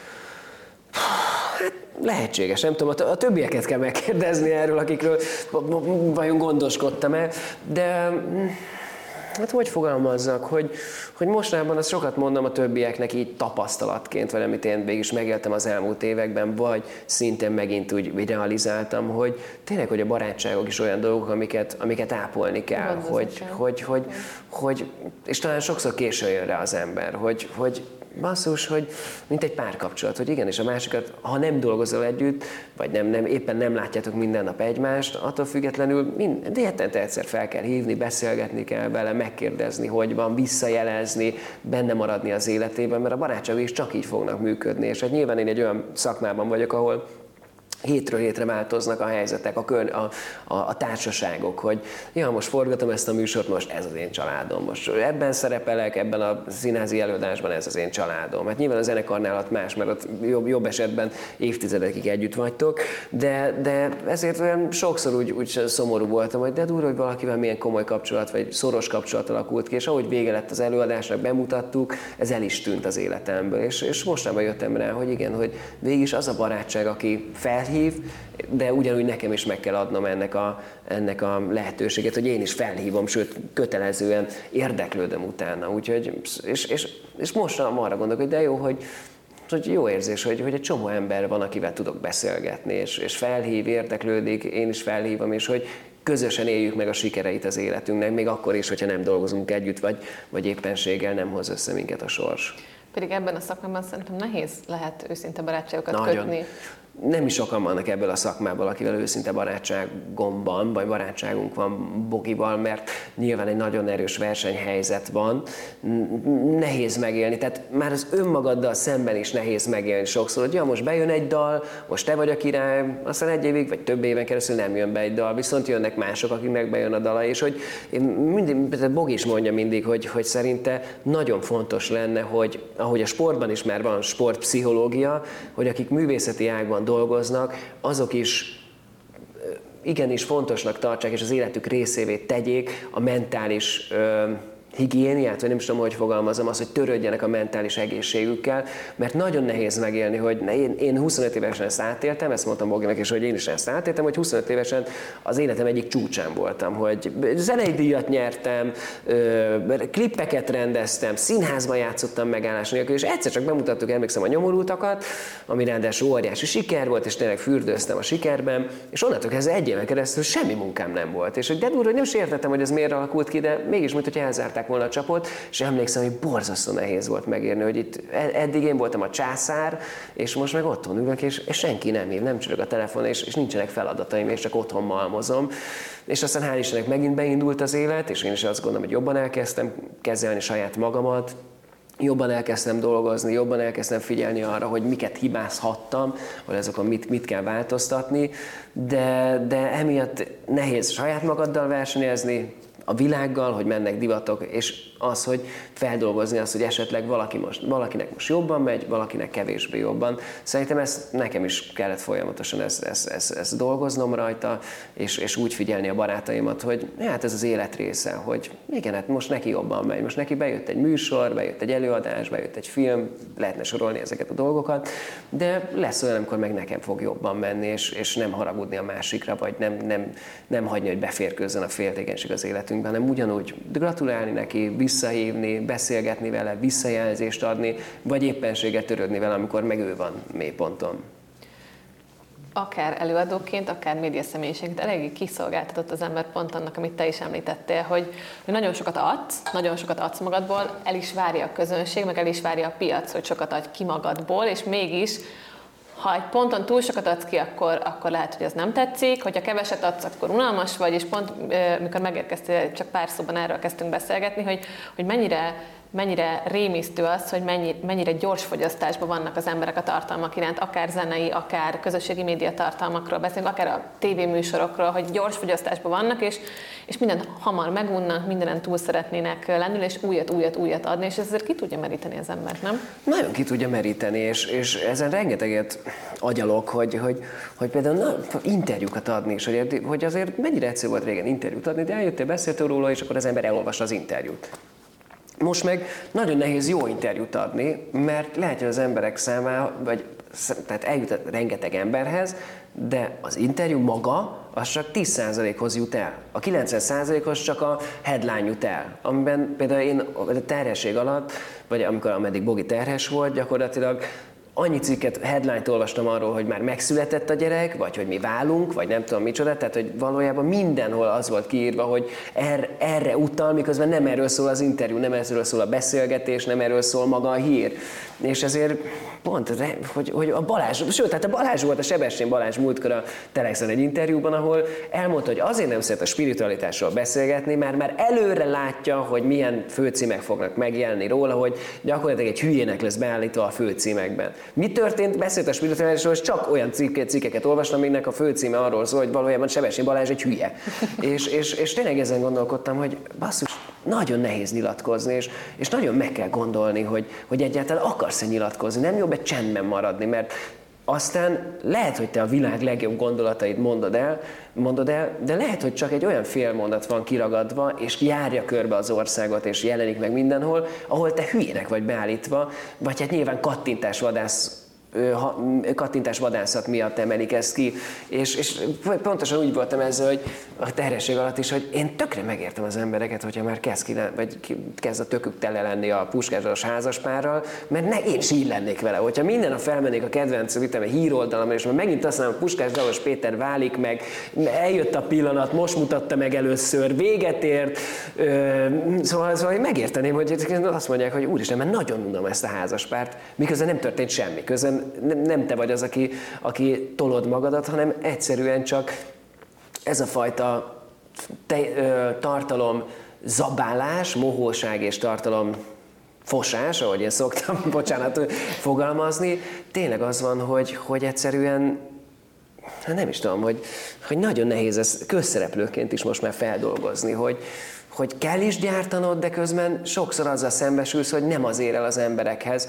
Hát lehetséges, nem tudom, a többieket kell megkérdezni erről, akikről vajon gondoskodtam-e, de hát hogy fogalmazzak, hogy mostanában azt sokat mondom a többieknek így tapasztalatként, vagy amit én végig is megéltem az elmúlt években, vagy szintén megint úgy realizáltam, hogy tényleg, hogy a barátságok is olyan dolgok, amiket ápolni kell, hogy és talán sokszor későn jön rá az ember, hogy basszus, hogy mint egy párkapcsolat, hogy igenis a másikat, ha nem dolgozol együtt, vagy éppen nem látjátok minden nap egymást, attól függetlenül de hetente egyszer fel kell hívni, beszélgetni kell vele, megkérdezni, hogy van, visszajelezni, benne maradni az életében, mert a barátságok is csak így fognak működni, és hát nyilván én egy olyan szakmában vagyok, ahol hétről hétre változnak a helyzetek, a társaságok, hogy most forgatom ezt a műsort, most ez az én családom, most ebben szerepelek, ebben a színházi előadásban ez az én családom. Hát nyilván a zenekarnál ott más, mert ott jobb esetben évtizedekig együtt vagytok, de ezért olyan sokszor úgy szomorú voltam, hogy de durva, hogy valakivel milyen komoly kapcsolat, vagy szoros kapcsolat alakult ki, és ahogy vége lett az előadásnak, bemutattuk, ez el is tűnt az életemből. És mostanában jöttem rá, hogy igen, hogy végig is az a barátság, aki felhív felhív, de ugyanúgy nekem is meg kell adnom ennek a lehetőséget, hogy én is felhívom, sőt kötelezően érdeklődöm utána. Úgyhogy, és most arra gondolok, hogy de jó, hogy jó érzés, hogy egy csomó ember van, akivel tudok beszélgetni, és felhív, érdeklődik, én is felhívom, és hogy közösen éljük meg a sikereit az életünknek, még akkor is, hogyha nem dolgozunk együtt, vagy éppenséggel nem hoz össze minket a sors. Pedig ebben a szakmában szerintem nehéz lehet őszinte barátságokat Nagyon. kötni. Nem is sokan vannak ebből a szakmából, akivel őszinte barátságomban, vagy barátságunk van Bogival, mert nyilván egy nagyon erős versenyhelyzet van. Nehéz megélni, tehát már az önmagaddal szemben is nehéz megélni sokszor, hogy ja, most bejön egy dal, most te vagy a király, aztán egy évig, vagy több éven keresztül nem jön be egy dal, viszont jönnek mások, akiknek bejön a dala, és hogy Bogi is mondja mindig, hogy szerinte nagyon fontos lenne, hogy ahogy a sportban is már van sportpszichológia, hogy akik művészeti ágban dolgoznak, azok is igenis fontosnak tartsák, és az életük részévé tegyék a mentális higiéniát, vagy nem is tudom, hogy fogalmazom, az, hogy törődjenek a mentális egészségükkel, mert nagyon nehéz megélni, hogy én 25 évesen ezt átéltem, ezt mondtam Boginak is, hogy én is ezt átéltem, hogy 25 évesen az életem egyik csúcsán voltam, hogy zenei díjat nyertem, klippeket rendeztem, színházban játszottam megállás nélkül, és egyszer csak bemutattuk, emlékszem, a Nyomorultakat, ami ráadásul óriási siker volt, és tényleg fürdőztem a sikerben, és onnantól kezdve egy éven keresztül semmi munkám nem volt. És hogy de durva, hogy nem is értettem, hogy ez miért alakult ki, de mégis, mint hogy elzárták volna a csapot, és emlékszem, hogy borzasztó nehéz volt megérni, hogy itt eddig én voltam a császár, és most meg otthon ülök, és senki nem hív, nem csörög a telefon, és nincsenek feladataim, és csak otthon malmozom. És aztán hál' Istennek megint beindult az élet, és én is azt gondolom, hogy jobban elkezdtem kezelni saját magamat, jobban elkezdtem dolgozni, jobban elkezdtem figyelni arra, hogy miket hibázhattam, hogy azokon mit kell változtatni, de emiatt nehéz saját magaddal versenyezni, a világgal, hogy mennek divatok, és az, hogy feldolgozni azt, hogy esetleg valakinek most jobban megy, valakinek kevésbé jobban. Szerintem ezt nekem is kellett folyamatosan ezt dolgoznom rajta, és úgy figyelni a barátaimat, hogy hát ez az élet része, hogy igen, hát most neki jobban megy, most neki bejött egy műsor, bejött egy előadás, bejött egy film, lehetne sorolni ezeket a dolgokat, de lesz olyan, amikor meg nekem fog jobban menni, és nem haragudni a másikra, vagy nem hagyni, hogy beférkőzzön a féltékenység az életünkben, hanem ugyanúgy gratulálni neki, visszahívni, beszélgetni vele, visszajelzést adni, vagy éppenséget törődni vele, amikor meg ő van mélyponton. Akár előadóként, akár médiaszemélyiség, eléggé kiszolgáltatott az ember pont annak, amit te is említettél, hogy nagyon sokat adsz magadból, el is várja a közönség, meg el is várja a piac, hogy sokat adj ki magadból, és mégis ha egy ponton túl sokat adsz ki, akkor lehet, hogy ez nem tetszik, hogyha keveset adsz, akkor unalmas vagy, és pont mikor megérkeztél, csak pár szóban erről kezdtünk beszélgetni, hogy mennyire rémisztő az, hogy mennyire gyors fogyasztásban vannak az emberek a tartalmak iránt, akár zenei, akár közösségi média tartalmakról beszélünk, akár a tévéműsorokról, hogy gyors fogyasztásban vannak, és mindent hamar megunnak, mindenen túl szeretnének lendülni, és újat adni, és ezért ki tudja meríteni az embert, nem? Nagyon ki tudja meríteni, és ezen rengeteget agyalok, hogy például interjúkat adni is, hogy azért mennyire egyszerű volt régen interjút adni, de eljöttél, beszéltél róla, és akkor az ember elolvassa az interjút. Most meg nagyon nehéz jó interjút adni, mert lehet, hogy az emberek számára, tehát eljut rengeteg emberhez, de az interjú maga, az csak 10%-hoz jut el. A 90%-hoz csak a headline jut el, amiben például én a terhesség alatt, vagy ameddig Bogi terhes volt, gyakorlatilag annyi cikket, headline-t olvastam arról, hogy már megszületett a gyerek, vagy hogy mi válunk, vagy nem tudom micsoda, tehát hogy valójában mindenhol az volt kiírva, hogy erre utal, miközben nem erről szól az interjú, nem erről szól a beszélgetés, nem erről szól maga a hír. És ezért pont, hogy a Balázs, sőt, tehát a Balázs volt, a Sebestyén Balázs múltkor a Telexen egy interjúban, ahol elmondta, hogy azért nem szeret a spiritualitásról beszélgetni, mert már előre látja, hogy milyen főcímek fognak megjelenni róla, hogy gyakorlatilag egy hülyének lesz beállítva a főcímekben. Mi történt? Beszélt a spiritualitásról, és csak olyan cikkeket olvastam, aminek a főcíme arról szól, hogy valójában Sebestyén Balázs egy hülye. és tényleg ezen gondolkodtam, hogy basszus, nagyon nehéz nyilatkozni, és nagyon meg kell gondolni, hogy egyáltalán akarsz-e nyilatkozni, nem jobb egy csendben maradni, mert aztán lehet, hogy te a világ legjobb gondolatait mondod el, de lehet, hogy csak egy olyan félmondat van kiragadva, és járja körbe az országot, és jelenik meg mindenhol, ahol te hülyének vagy beállítva, vagy hát nyilván kattintásvadász kattintás vadászat miatt emelik ezt ki, és pontosan úgy voltam ezzel, hogy a terhesség alatt is, hogy én tökre megértem az embereket, hogyha már kezd a tökük tele lenni a puskásdalos házaspárral, mert én is így lennék vele, hogyha minden nap felmennék a kedvenc híroldalamra, és már megint azt mondom, hogy Puskás Péter válik meg, eljött a pillanat, most mutatta meg először, véget ért, szóval megérteném, hogy azt mondják, hogy úristen, mert nagyon unom ezt a házaspárt, miközben nem történt semmi, közben nem te vagy az, aki tolod magadat, hanem egyszerűen csak ez a fajta tartalom zabálás, mohóság és tartalom fosás, ahogy én szoktam, bocsánat, fogalmazni, tényleg az van, hogy egyszerűen, nem is tudom, hogy nagyon nehéz ezt közszereplőként is most már feldolgozni, hogy kell is gyártanod, de közben sokszor azzal szembesülsz, hogy nem az ér el az emberekhez,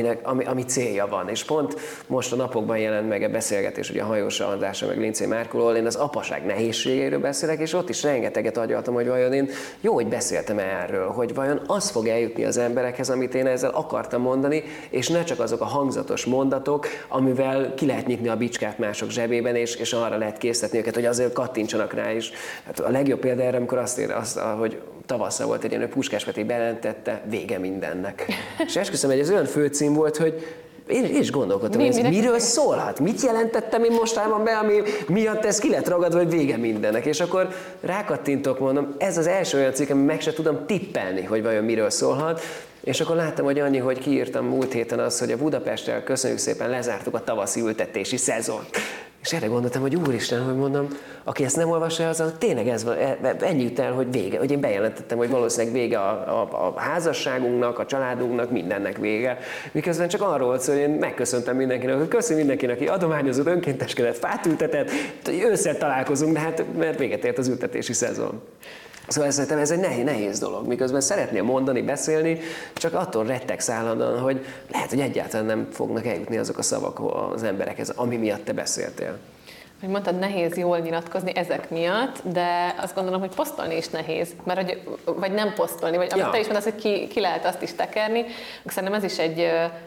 ami célja van. És pont most a napokban jelent meg a beszélgetés, ugye a Hajós Andrással, meg Lincei Márkóról, én az apaság nehézségeiről beszélek, és ott is rengeteget agyaltam, hogy vajon én jó, hogy beszéltem erről, hogy vajon az fog eljutni az emberekhez, amit én ezzel akartam mondani, és ne csak azok a hangzatos mondatok, amivel ki lehet nyitni a bicskát mások zsebében, és arra lehet késztetni őket, hogy azért kattintsanak rá is. Hát a legjobb példa erre, amikor hogy tavasszal volt egy ilyen, hogy Puskás Peti bejelentette, vége mindennek. És esküszöm, hogy ez olyan főcím volt, hogy én is gondolkodtam, hogy ez miről szólhat? Mit jelentettem én mostában be, ami miatt ez ki lett ragadva, hogy vége mindennek? És akkor rákattintok, mondom, ez az első olyan cikk, ami meg se tudom tippelni, hogy vajon miről szólhat. És akkor láttam, hogy annyi, hogy kiírtam múlt héten azt, hogy a Budapesttel köszönjük szépen, lezártuk a tavaszi ültetési szezont. És erre gondoltam, hogy úristen, hogy mondom, aki ezt nem olvassa, az tényleg ez van, ennyi jut el, hogy vége. Hogy én bejelentettem, hogy valószínűleg vége a házasságunknak, a családunknak, mindennek vége. Miközben csak arról volt szó, hogy én megköszöntem mindenkinek, hogy köszönöm mindenkinek, aki adományozott, önkénteskedett, fát ültetett, ősszel találkozunk, de hát mert véget ért az ültetési szezon. Szóval szerintem ez egy nehéz dolog, miközben szeretnél mondani, beszélni, csak attól rettegsz állandóan, hogy lehet, hogy egyáltalán nem fognak eljutni azok a szavak az emberekhez, ami miatt te beszéltél. Hogy mondtad, nehéz jól nyilatkozni ezek miatt, de azt gondolom, hogy posztolni is nehéz, mert vagy nem posztolni, vagy amit te is mondasz, hogy ki lehet azt is tekerni. Szerintem ez is egy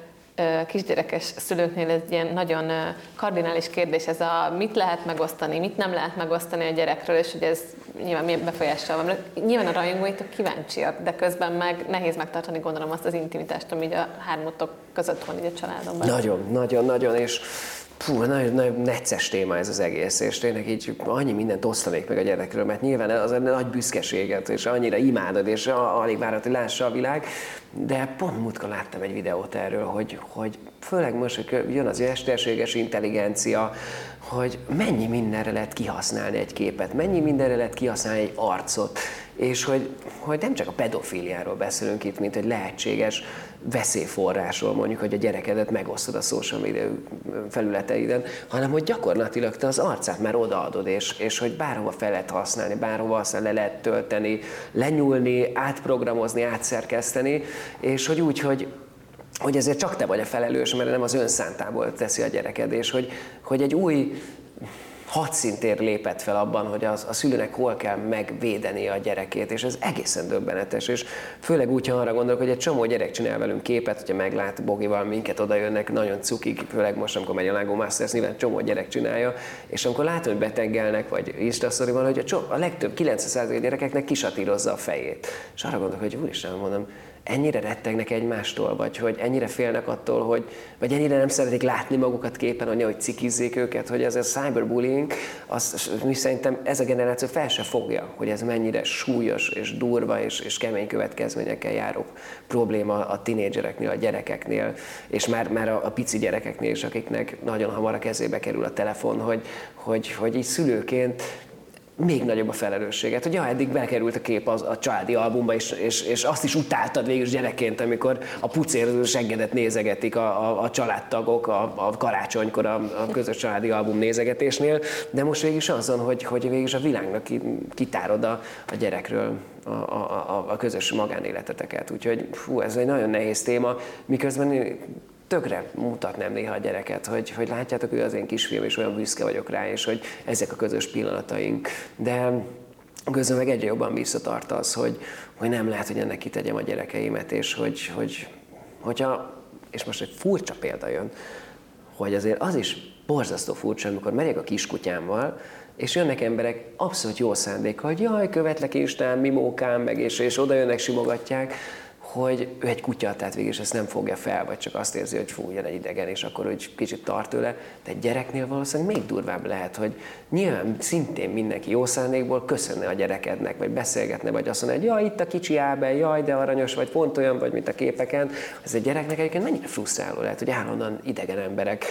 kisgyerekes szülőknél egy ilyen nagyon kardinális kérdés, ez mit lehet megosztani, mit nem lehet megosztani a gyerekről, és hogy ez nyilván milyen befolyással van. Nyilván a rajongóitok kíváncsiak, de közben meg nehéz megtartani, gondolom, azt az intimitást, ami így a hármatok között van így a családomban. Nagyon, és nagyon necces téma ez az egész, és tényleg így annyi mindent osztanék meg a gyerekről, mert nyilván az egy nagy büszkeséget, és annyira imádod, és alig várod, hogy lássa a világ, de pont múltkor láttam egy videót erről, hogy főleg most, hogy jön az mesterséges intelligencia, hogy mennyi mindenre lehet kihasználni egy képet, mennyi mindenre lehet kihasználni egy arcot, és hogy nem csak a pedofíliáról beszélünk itt, mint egy lehetséges veszélyforrásról, mondjuk, hogy a gyerekedet megosztod a social media felületeiden, hanem hogy gyakorlatilag te az arcát már odaadod, és hogy bárhova fel lehet használni, bárhova aztán le lehet tölteni, lenyúlni, átprogramozni, átszerkeszteni, és hogy úgy, hogy ezért csak te vagy a felelős, mert nem az önszántából teszi a gyereked, és hogy egy új hadszintér lépett fel abban, hogy a szülőnek hol kell megvédeni a gyerekét, és ez egészen döbbenetes, és főleg úgy, ha arra gondolok, hogy egy csomó gyerek csinál velünk képet, hogyha meglát Bogival minket, oda jönnek, nagyon cukik, főleg most, amikor megy a Lego Masters, nyilván csomó gyerek csinálja, és amikor látom, hogy beteggelnek, vagy Insta-sztori van, hogy a legtöbb 90% gyerekeknek kisatírozza a fejét. És arra gondolok, hogy úristen, mondom, ennyire rettegnek egymástól, vagy hogy ennyire félnek attól, vagy ennyire nem szeretik látni magukat képen, hogy cikizzék őket, hogy ez a cyberbullying, mi szerintem ez a generáció fel se fogja, hogy ez mennyire súlyos és durva és kemény következményekkel járó probléma a tinédzsereknél, a gyerekeknél, és már a pici gyerekeknél is, akiknek nagyon hamar a kezébe kerül a telefon, hogy így szülőként még nagyobb a felelősséget, hogy eddig bekerült a kép a családi albumba, és azt is utáltad végül gyerekként, amikor a pucér seggedet nézegetik a családtagok a karácsonykor a közös családi album nézegetésnél, de most végül is azon, hogy végül is a világnak kitárod a gyerekről a közös magánéleteteket. Úgyhogy ez egy nagyon nehéz téma, miközben tökre mutatnám néha a gyereket, hogy látjátok, ő az én kisfiam, és olyan büszke vagyok rá, és hogy ezek a közös pillanataink. De közben meg egyre jobban visszatart az, hogy nem lehet, hogy ennek kitegyem a gyerekeimet, és hogyha, és most egy furcsa példa jön, hogy azért az is borzasztó furcsa, amikor megyek a kiskutyámmal, és jönnek emberek abszolút jó szándékkal, hogy jaj, követlek Instán, mimókám, meg és oda jönnek, simogatják, hogy ő egy kutya, tehát végül is ezt nem fogja fel, vagy csak azt érzi, hogy fú, jön egy idegen, és akkor egy kicsit tart tőle. De egy gyereknél valószínűleg még durvább lehet, hogy nyilván szintén mindenki jó szándékból köszönne a gyerekednek, vagy beszélgetne, vagy azt mondja, hogy jaj, itt a kicsi Ábel, jaj, de aranyos, vagy pont olyan vagy, mint a képeken. Ez egy gyereknek egyébként mennyire frusztráló lehet, hogy állandóan idegen emberek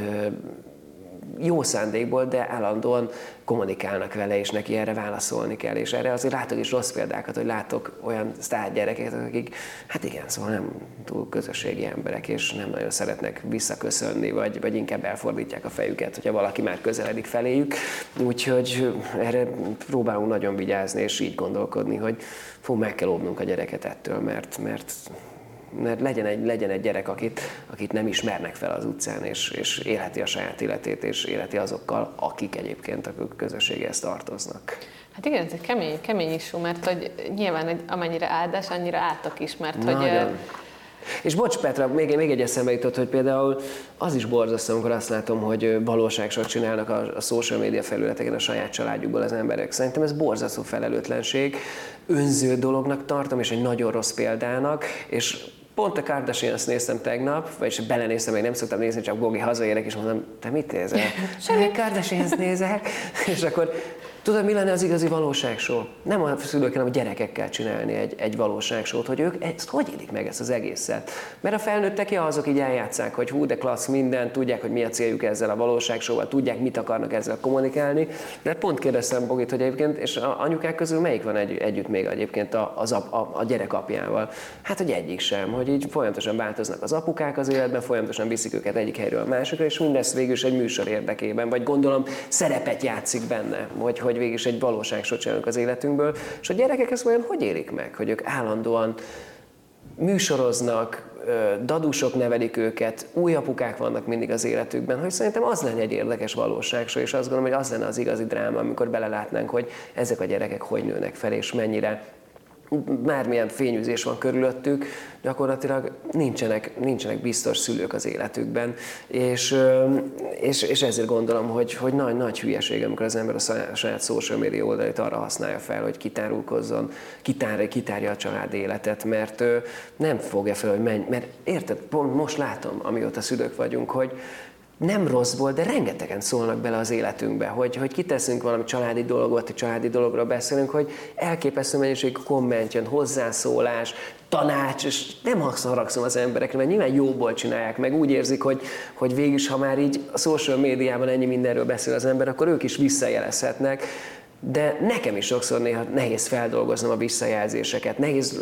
jó szándékból, de állandóan kommunikálnak vele, és neki erre válaszolni kell, és erre azért látok is rossz példákat, hogy látok olyan sztárgyerekeket, akik, hát igen, szóval nem túl közösségi emberek, és nem nagyon szeretnek visszaköszönni, vagy inkább elfordítják a fejüket, hogyha valaki már közeledik feléjük, úgyhogy erre próbálunk nagyon vigyázni, és így gondolkodni, hogy meg kell óvnunk a gyereket ettől, mert legyen egy gyerek, akit nem ismernek fel az utcán, és élheti a saját életét, és élheti azokkal, akik egyébként a közösséghez tartoznak. Hát igen, ez egy kemény issú, mert hogy nyilván amennyire áldás, annyira átok is, mert nagyon. Hogy... És bocs Petra, még egy eszembe jutott, hogy például az is borzasztó, amikor azt látom, hogy valóságsort csinálnak a social media felületeken a saját családjukból az emberek. Szerintem ez borzasztó felelőtlenség, önző dolognak tartom, és egy nagyon rossz példának, és pont a Kardashians néztem tegnap, vagyis belenéztem, még nem szoktam nézni, csak Bogi hazaérek, és mondom, te mit nézel? Semmi Kardashians nézek, és akkor tudod, mi lenne az igazi valóságshow? Nem a szülőkkel, hanem a gyerekekkel csinálni egy valóságshow-t, hogy ők ezt hogy élik meg ezt az egészet. Mert a felnőttek azok így eljátszák, hogy hú, de klassz minden, tudják, hogy mi a céljuk ezzel a valóságshow-val, tudják, mit akarnak ezzel kommunikálni. De pont kérdeztem Bogit, hogy egyébként, és a anyukák közül melyik van együtt még egyébként a gyerek apjával? Hát, hogy egyik sem, hogy így folyamatosan változnak az apukák az életben, folyamatosan viszik őket egyik helyről a másikra, és mindezt végül is egy műsor érdekében, vagy gondolom szerepet játszik benne, hogy végül is egy valóságsort csinálunk az életünkből, és a gyerekek ezt olyan hogy élik meg, hogy ők állandóan műsoroznak, dadusok nevelik őket, új apukák vannak mindig az életükben, hogy szerintem az lenne egy érdekes valóságshow, és azt gondolom, hogy az lenne az igazi dráma, amikor belelátnánk, hogy ezek a gyerekek hogy nőnek fel, és mennyire bármilyen fényűzés van körülöttük, gyakorlatilag nincsenek biztos szülők az életükben, és ezért gondolom, hogy nagy hülyeség, amikor az ember a saját social media oldalait arra használja fel, hogy kitárulkozzon, kitárja a család életet, mert nem fogja fel, hogy menj, mert érted, pont most látom, amióta szülők vagyunk, hogy nem rosszból, de rengetegen szólnak bele az életünkbe, hogy kiteszünk valami családi dolgot, családi dologról beszélünk, hogy elképesztő mennyiség komment jön, hozzászólás, tanács, és nem haragszom az emberekre, mert nyilván jóból csinálják, meg úgy érzik, hogy végülis, ha már így a social médiában ennyi mindenről beszél az ember, akkor ők is visszajelezhetnek. De nekem is sokszor néha nehéz feldolgoznom a visszajelzéseket,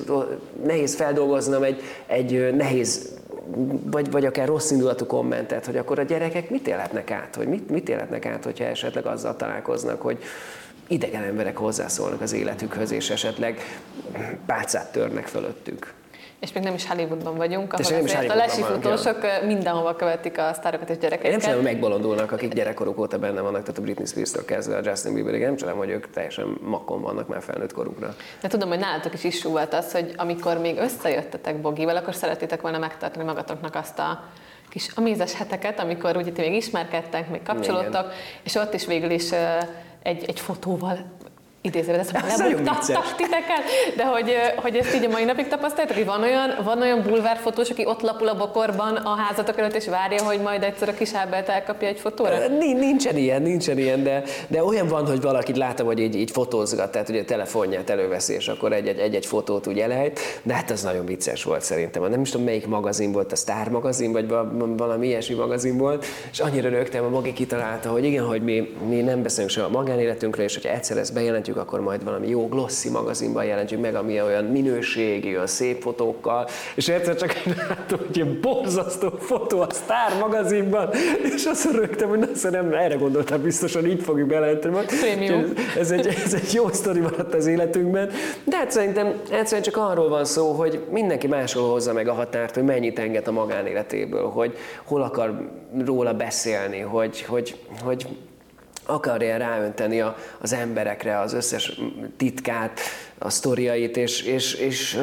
nehéz feldolgoznom egy nehéz vagy akár rossz indulatú kommentet, hogy akkor a gyerekek mit élhetnek át, hogyha esetleg azzal találkoznak, hogy idegen emberek hozzászólnak az életükhöz, és esetleg pálcát törnek fölöttük. És még nem is Hollywoodban vagyunk, ahol azért a lesifutósok mindenhova követik a sztárokat és gyerekeket. Én nem csodálom, hogy megbolondulnak, akik gyerekkoruk óta benne vannak, tehát a Britney Spears-től kezdve a Justin Bieberig, nem csodálom, hogy ők teljesen makkon vannak már felnőtt korukra. De tudom, hogy nálatok is issue volt az, hogy amikor még összejöttetek Bogival, akkor szerettétek volna megtartani magatoknak azt a kis amézes heteket, amikor ugye ti még ismerkedtek, még kapcsolódtak, és ott is végül is egy fotóval idézőben, ezt lebuktattak titeket, de hogy ezt így a mai napig tapasztaljátok, hogy van olyan bulvárfotós, aki ott lapul a bokorban a házatok előtt, és várja, hogy majd egyszer a kis Ábelt elkapja egy fotóra? Nincsen ilyen, de olyan van, hogy valakit látom, hogy így fotózgat, tehát ugye a telefonját előveszi, és akkor egy fotót úgy elejt, de hát az nagyon vicces volt szerintem. Nem is tudom, melyik magazin volt, a Sztár magazin, vagy valami ilyesmi magazin volt, és annyira rögtem, a Bogi kitalálta, hogy igen, hogy mi nem beszélünk sem a magánéletünkről, és hogyha egyszer ezt bejelentjük, akkor majd valami jó glossy magazinban jelentjük meg, ami olyan minőségi, olyan szép fotókkal, és egyszer csak látom, hogy ilyen borzasztó fotó a Sztár magazinban, és azt rögtem, hogy nem, erre gondoltam biztosan, így fogjuk bejelenteni. Ez egy jó sztori maradt az életünkben, de hát szerintem egyszerűen csak arról van szó, hogy mindenki máshol hozza meg a határt, hogy mennyit enged a magánéletéből, hogy hol akar róla beszélni, hogy akarja ráönteni az emberekre az összes titkát, a sztoriait, és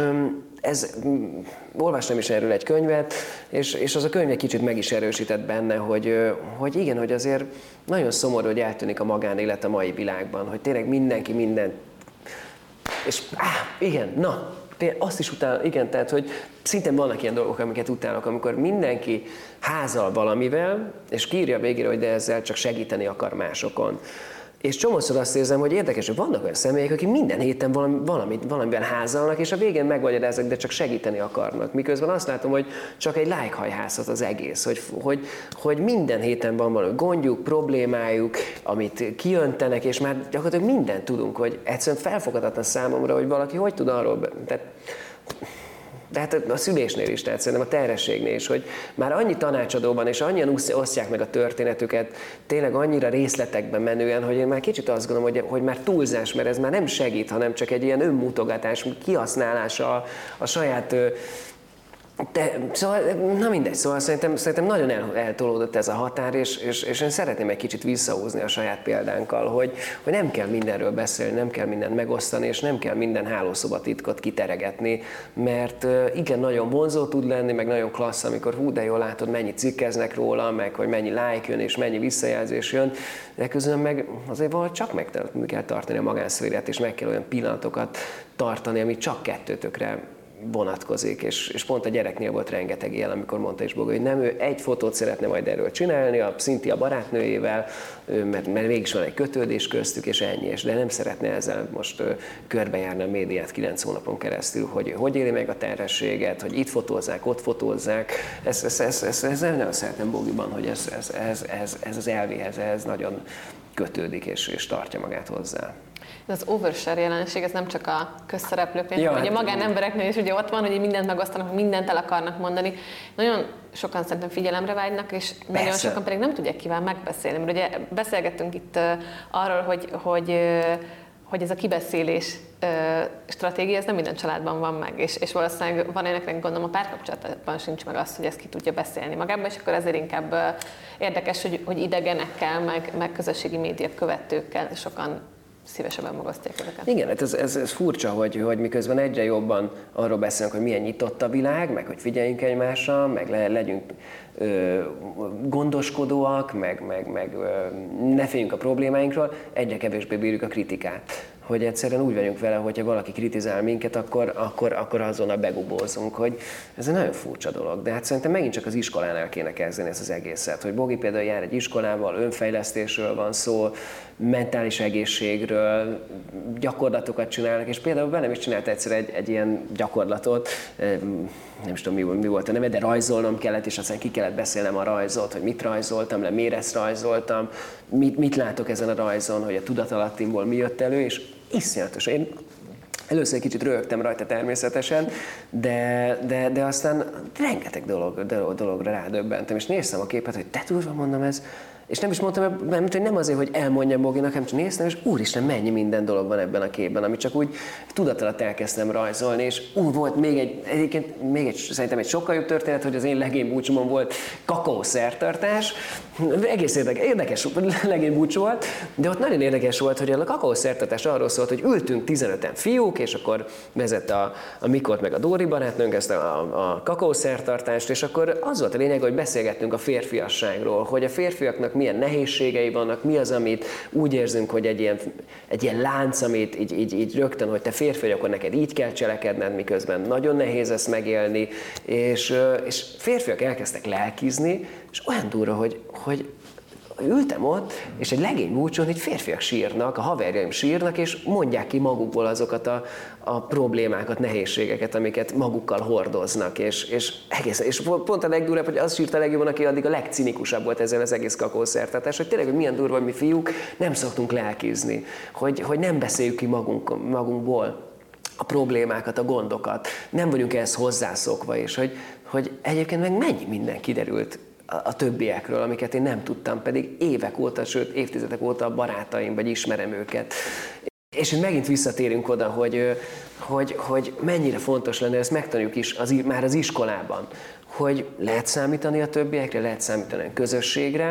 olvastam is erről egy könyvet, és az a könyv egy kicsit meg is erősített benne, hogy igen, hogy azért nagyon szomorú, hogy eltűnik a magánélet a mai világban, hogy tényleg mindenki mindent, és igen, na, azt is utálom, igen, tehát, hogy szintén vannak ilyen dolgok, amiket utálok, amikor mindenki házal valamivel, és kiírja végére, hogy de ezzel csak segíteni akar másokon. És csomószor azt érzem, hogy érdekes, hogy vannak olyan személyek, akik minden héten valamivel házalnak, és a végén megmagyarázzák, de csak segíteni akarnak. Miközben azt látom, hogy csak egy lájkhajhászat az egész, hogy minden héten van valami gondjuk, problémájuk, amit kijöntenek, és már gyakorlatilag mindent tudunk, hogy egyszerűen felfoghatatlan számomra, hogy valaki hogy tud arról, de hát a szülésnél is, tehát szerintem a terhességnél is, hogy már annyi tanácsadóban és annyian osztják meg a történetüket, tényleg annyira részletekben menően, hogy én már kicsit azt gondolom, hogy már túlzás, mert ez már nem segít, hanem csak egy ilyen önmutogatás, kihasználása a saját... Szóval, na mindegy, szóval szerintem nagyon eltolódott ez a határ, és én szeretném egy kicsit visszahúzni a saját példánkkal, hogy nem kell mindenről beszélni, nem kell mindent megosztani, és nem kell minden hálószobatitkot kiteregetni, mert igen, nagyon vonzó tud lenni, meg nagyon klassz, amikor de jól látod, mennyi cikkeznek róla, meg hogy mennyi like jön, és mennyi visszajelzés jön, de közben meg azért valahogy csak meg kell tartani a magánszférát, és meg kell olyan pillanatokat tartani, ami csak kettőtökre vonatkozik, és pont a gyereknél volt rengeteg ilyen, amikor mondta is Boga, hogy nem, ő egy fotót szeretne majd erről csinálni, a Cynthia barátnőjével, mert mégis van egy kötődés köztük, és ennyi, de nem szeretne ezzel most körbejárni a médiát 9 hónapon keresztül, hogy éli meg a terhességet, hogy itt fotózzák, ott fotózzák. Ez nem szeretem Bogiban, hogy ez az elvéhez, ez nagyon kötődik, és tartja magát hozzá. Ez az overshare jelenség, ez nem csak a közszereplőknél, hanem ugye magánembereknél is ugye ott van, hogy mindent megosztanak, mindent el akarnak mondani. Nagyon sokan szerintem figyelemre vágynak, és nagyon sokan pedig nem tudják kíván megbeszélni. Mert ugye beszélgettünk itt arról, hogy ez a kibeszélés stratégia, ez nem minden családban van meg, és valószínűleg van ennek gondolom a párkapcsolatban sincs meg az, hogy ezt ki tudja beszélni magában, és akkor ezért inkább érdekes, hogy idegenekkel, meg közösségi média követőkkel sokan szívesebben megosztják ezeket. Igen, hát ez furcsa, hogy miközben egyre jobban arról beszélünk, hogy milyen nyitott a világ, meg hogy figyeljünk egymásra, meg legyünk gondoskodóak, meg ne féljünk a problémáinkról, egyre kevésbé bírjuk a kritikát. Hogy egyszerűen úgy vagyunk vele, hogyha valaki kritizál minket, akkor azonnal begubózunk, hogy ez egy nagyon furcsa dolog. De hát szerintem megint csak az iskolánál kéne kezdeni ezt az egészet, hogy Bogi például jár egy iskolával, önfejlesztésről van szó, mentális egészségről, gyakorlatokat csinálnak, és például velem is csinált egyszer egy ilyen gyakorlatot, nem is tudom mi volt a neve, de rajzolnom kellett, és aztán ki kellett beszélnem a rajzot, hogy mit rajzoltam le, miért ezt rajzoltam, mit látok ezen a rajzon, hogy a tudatalattimból mi jött elő, és iszonyatos. Én először egy kicsit röhögtem rajta természetesen, de aztán rengeteg dologra rádöbbentem, és néztem a képet, hogy te durva mondom ez, és nem is mondtam, mert nem azért, hogy elmondjam Boginak, hanem csak néztem, és úristen, mennyi minden dolog van ebben a képben, amit csak úgy tudat alatt elkezdtem rajzolni, és volt még egy szerintem egy sokkal jobb történet, hogy az én legénybúcsomon volt kakaószertartás. Egész érdekes legénybúcsú volt, de ott nagyon érdekes volt, hogy a kakaószertartás arról szólt, hogy ültünk 15-en fiúk, és akkor vezette a Mikort meg a Dóri barátnőnk ezt a kakaószertartást, és akkor az volt a lényeg, hogy beszélgettünk a férfiasságról, hogy a férfiaknak milyen nehézségei vannak, mi az, amit úgy érzünk, hogy egy ilyen lánc, amit így rögtön, hogy te férfi vagy, akkor neked így kell cselekedned, miközben nagyon nehéz ezt megélni, és férfiak elkezdtek lelkizni, és olyan durva, hogy ültem ott, és egy legénybúcsón így férfiak sírnak, a haverjaim sírnak, és mondják ki magukból azokat a problémákat, nehézségeket, amiket magukkal hordoznak, és pont a legdurvább, hogy az sírta a legjobban, aki addig a legcinikusabb volt ezzel az egész kakaószertartás, hogy tényleg, hogy milyen durva, hogy mi fiúk nem szoktunk lelkizni, hogy nem beszéljük ki magunkból a problémákat, a gondokat, nem vagyunk ehhez hozzászokva, és hogy egyébként meg mennyi minden kiderült a többiekről, amiket én nem tudtam, pedig évek óta, sőt évtizedek óta a barátaim, vagy ismerem őket. És itt megint visszatérünk oda, hogy mennyire fontos lenne, ezt megtanuljuk is már az iskolában, hogy lehet számítani a többiekre, lehet számítani a közösségre,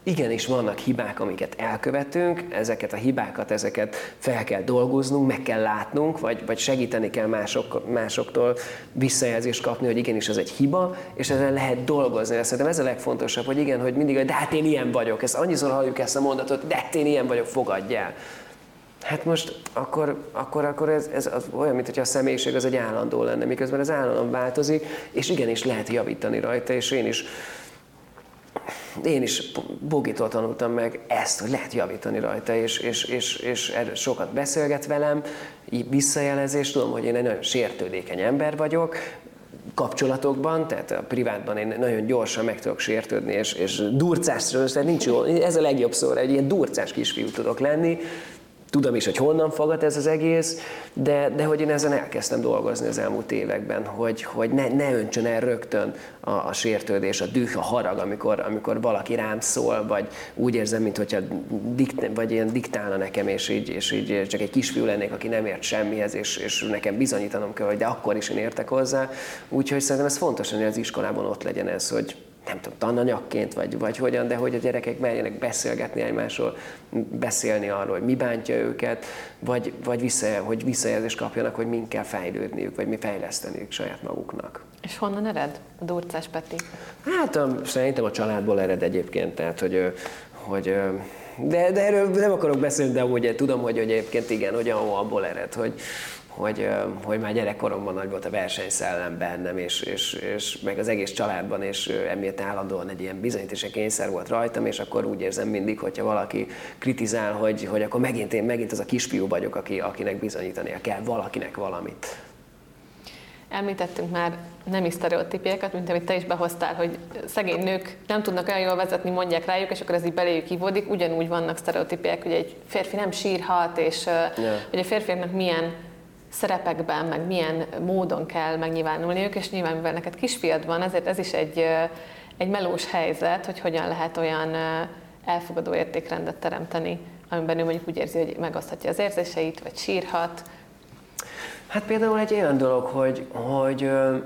igenis vannak hibák, amiket elkövetünk, ezeket a hibákat, ezeket fel kell dolgoznunk, meg kell látnunk, vagy segíteni kell másoktól visszajelzést kapni, hogy igenis ez egy hiba, és ezen lehet dolgozni. Szerintem ez a legfontosabb, hogy igen, hogy mindig, de hát én ilyen vagyok. Annyiszor halljuk ezt a mondatot, de hát én ilyen vagyok, fogadj el. Hát most akkor ez olyan, mintha a személyiség az egy állandó lenne, miközben ez állandóan változik, és igenis lehet javítani rajta, és én is Bogitól tanultam meg ezt, hogy lehet javítani rajta, és erről sokat beszélget velem, visszajelezés, tudom, hogy én egy nagyon sértődékeny ember vagyok, kapcsolatokban, tehát a privátban én nagyon gyorsan meg tudok sértődni, és durcás, tehát nincs jó, ez a legjobb szó, egy ilyen durcás kisfiú tudok lenni. Tudom is, hogy honnan fagad ez az egész, de hogy én ezen elkezdtem dolgozni az elmúlt években, hogy ne öntsön el rögtön a sértődés, a düh, a harag, amikor valaki rám szól, vagy úgy érzem, mintha vagy ilyen diktálna nekem, és így csak egy kisfiú lennék, aki nem ért semmihez, és nekem bizonyítanom kell, hogy de akkor is én értek hozzá. Úgyhogy szerintem ez fontos, hogy az iskolában ott legyen ez, hogy nem tudom, tananyagként, vagy hogyan, de hogy a gyerekek merjenek beszélgetni egymásról, beszélni arról, hogy mi bántja őket, hogy visszajelzést kapjanak, hogy min kell fejlődniük, vagy mi fejleszteniük saját maguknak. És honnan ered a durcás Peti? Hát szerintem a családból ered egyébként, tehát hogy de erről nem akarok beszélni, de amúgy tudom, hogy egyébként igen, hogy abból ered, hogy már gyerekkoromban nagy volt a versenyszellem bennem, és meg az egész családban, és emiatt állandóan egy ilyen bizonyítási kényszer volt rajtam, és akkor úgy érzem mindig, hogyha valaki kritizál, hogy akkor megint az a kisfiú vagyok, akinek bizonyítania kell valakinek valamit. Említettünk már nemi sztereotípiákat, mint amit te is behoztál, hogy szegény nők nem tudnak olyan jól vezetni, mondják rájuk, és akkor ez így beléjük ivódik. Ugyanúgy vannak sztereotípiák, hogy egy férfi nem sírhat, és hogy a férfiaknak milyen szerepekben, meg milyen módon kell megnyilvánulniuk, és nyilván, mivel neked kisfiad van, ezért ez is egy melós helyzet, hogy hogyan lehet olyan elfogadó értékrendet teremteni, amiben ő mondjuk úgy érzi, hogy megoszthatja az érzéseit, vagy sírhat. Hát például egy olyan dolog, hogy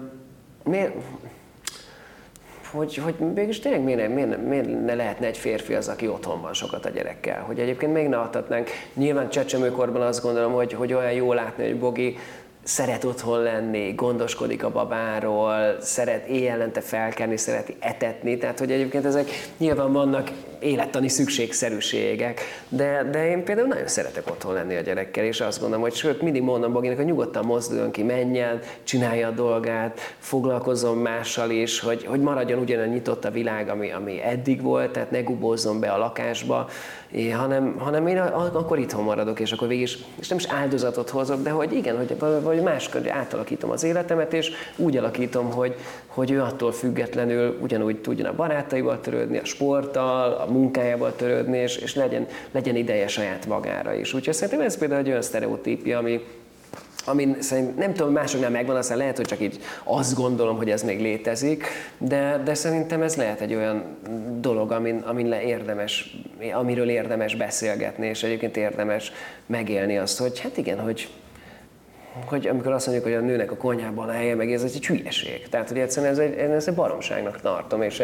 mégis tényleg miért ne lehetne egy férfi az, aki otthon van sokat a gyerekkel? Hogy egyébként még ne adhatnánk. Nyilván csecsemőkorban azt gondolom, hogy olyan jó látni, hogy Bogi szeret otthon lenni, gondoskodik a babáról, szeret éjjelente felkelni, szereti etetni, tehát hogy egyébként ezek nyilván vannak élettani szükségszerűségek, de én például nagyon szeretek otthon lenni a gyerekkel, és azt gondolom, hogy sőt, mindig mondom Boginak, hogy nyugodtan mozduljon ki, menjen, csinálja a dolgát, foglalkozzon mással is, hogy maradjon ugyanolyan nyitott a világ, ami eddig volt, tehát ne gubózzon be a lakásba, hanem én akkor itthon maradok, és akkor végig is, és nem is áldozatot hozok, de hogy igen, hogy máskor átalakítom az életemet, és úgy alakítom, hogy ő attól függetlenül ugyanúgy tudjon a barátaival törődni, a sporttal, a munkájával törődni, és legyen ideje saját magára is. Úgyhogy szerintem ez például egy olyan sztereotípia, ami szerintem nem tudom, másoknál megvan, aztán lehet, hogy csak így azt gondolom, hogy ez még létezik, de szerintem ez lehet egy olyan dolog, amiről érdemes beszélgetni, és egyébként érdemes megélni azt, hogy hát igen, hogy amikor azt mondjuk, hogy a nőnek a konyhában a helye, meg ez egy hülyeség. Tehát, hogy egyszerűen ez egy baromságnak tartom, és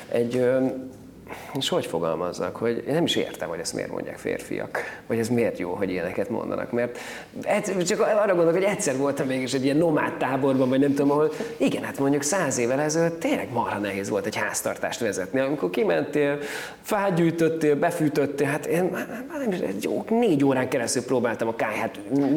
és hogy fogalmazzak, hogy én nem is értem, hogy ezt miért mondják férfiak, vagy ez miért jó, hogy ilyeneket mondanak, mert csak arra gondolok, hogy egyszer voltam mégis egy ilyen nomád táborban, vagy nem tudom, ahol igen, hát mondjuk 100 évvel ezelőtt tényleg marha nehéz volt egy háztartást vezetni, amikor kimentél, fát gyűjtöttél, befűtöttél, hát én 4 órán keresztül próbáltam a kályhát,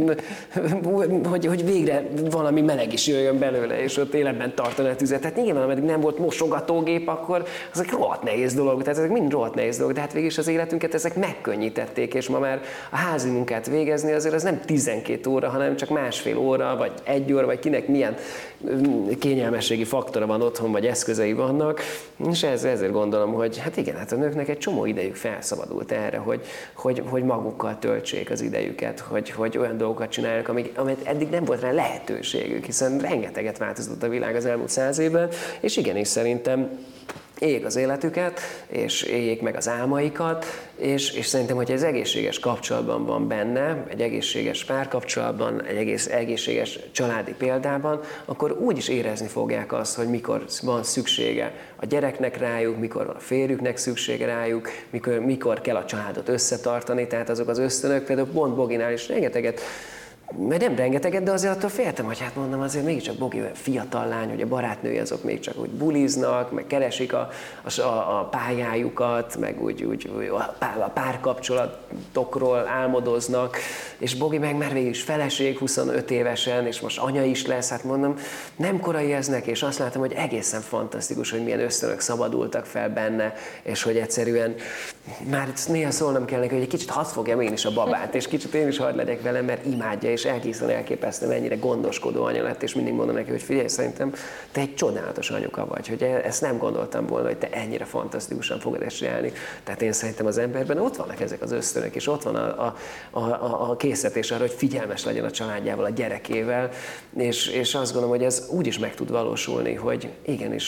hogy végre valami meleg is jöjjön belőle, és ott életben tartani a tüzet. Tehát nyilván, ameddig nem volt mosogatógép, akkor az egy rohadt nehéz dolog. Tehát ezek mind rohadt nehéz dolgok, de hát végig is az életünket ezek megkönnyítették, és ma már a házi munkát végezni azért az nem 12 óra, hanem csak másfél óra, vagy 1 óra, vagy kinek milyen kényelmességi faktora van otthon, vagy eszközei vannak, és ezért gondolom, hogy hát igen, hát a nőknek egy csomó idejük felszabadult erre, hogy magukkal töltsék az idejüket, hogy olyan dolgokat csináljanak, amit eddig nem volt rá lehetőségük, hiszen rengeteget változott a világ az elmúlt 100 évben, és igenis szerintem éljék az életüket, és éljék meg az álmaikat, és szerintem, hogyha ez egészséges kapcsolatban van benne, egy egészséges párkapcsolatban, egy egészséges családi példában, akkor úgy is érezni fogják azt, hogy mikor van szüksége a gyereknek rájuk, mikor van a férjüknek szüksége rájuk, mikor kell a családot összetartani, tehát azok az ösztönök, például pont Boginál is rengeteget, mert nem rengeteget, de azért attól féltem, hogy hát mondom, azért mégiscsak Bogi olyan fiatal lány, hogy a barátnői azok még csak úgy buliznak, meg keresik a pályájukat, meg úgy a párkapcsolatokról álmodoznak, és Bogi meg már végül is feleség 25 évesen, és most anya is lesz, hát mondom, nem korai ez neki, és azt látom, hogy egészen fantasztikus, hogy milyen ösztönök szabadultak fel benne, és hogy egyszerűen már néha szólnom kell neki, hogy egy kicsit hadd fogjam én is a babát, és kicsit én is hadd legyek vele, mert imádja, és egészen elképesztő, mennyire gondoskodó anya lett, és mindig mondom neki, hogy figyelj, szerintem te egy csodálatos anyuka vagy, hogy ezt nem gondoltam volna, hogy te ennyire fantasztikusan fogod ezt csinálni. Tehát én szerintem az emberben ott vannak ezek az ösztönök, és ott van a készítés arra, hogy figyelmes legyen a családjával, a gyerekével, és azt gondolom, hogy ez úgy is meg tud valósulni, hogy igenis,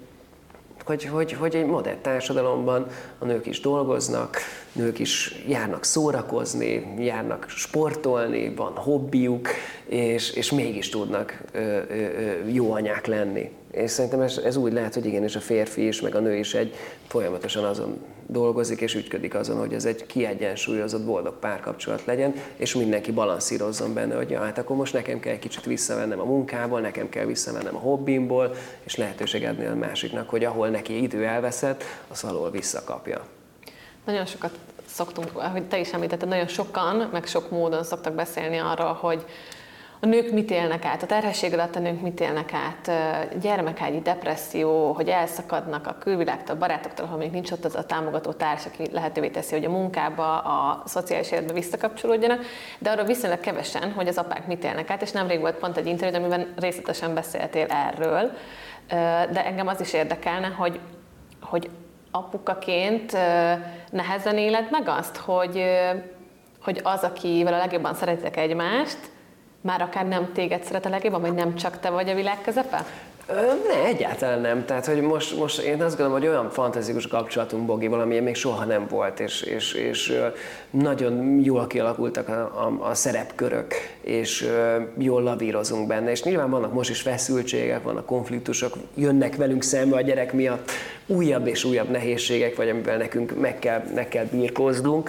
hogy egy modern társadalomban a nők is dolgoznak, nők is járnak szórakozni, járnak sportolni, van hobbiuk, és mégis tudnak jó anyák lenni. És szerintem ez úgy lehet, hogy igenis a férfi is, meg a nő is folyamatosan azon dolgozik, és ügyködik azon, hogy ez egy kiegyensúlyozott, boldog párkapcsolat legyen, és mindenki balanszírozzon benne, hogy ja, hát akkor most nekem kell egy kicsit visszavennem a munkából, nekem kell visszavennem a hobbimból, és lehetőség adni a másiknak, hogy ahol neki idő elveszett, az valahol visszakapja. Nagyon sokat szoktunk, ahogy te is említetted, nagyon sokan, meg sok módon szoktak beszélni arról, hogy a nők mit élnek át, a terhesség alatt a nők mit élnek át, gyermekágyi depresszió, hogy elszakadnak a külvilágtól, a barátoktól, ha még nincs ott az a támogató társ, aki lehetővé teszi, hogy a munkába, a szociális életbe visszakapcsolódjanak, de arról viszonylag kevesen, hogy az apák mit élnek át, és nemrég volt pont egy interjú, amiben részletesen beszéltél erről, de engem az is érdekelne, hogy apukaként nehezen éled meg azt, hogy az, akivel a legjobban szeretitek egymást, már akár nem téged szeret a legjobban, vagy nem csak te vagy a világ közepe? Ne, egyáltalán nem. Tehát, hogy most én azt gondolom, hogy olyan fantasztikus kapcsolatunk Bogival, amilyen még soha nem volt, és nagyon jól kialakultak a szerepkörök, és jól lavírozunk benne. És nyilván vannak most is feszültségek, vannak konfliktusok, jönnek velünk szembe a gyerek miatt újabb és újabb nehézségek, vagy amivel nekünk meg kell birkóznunk,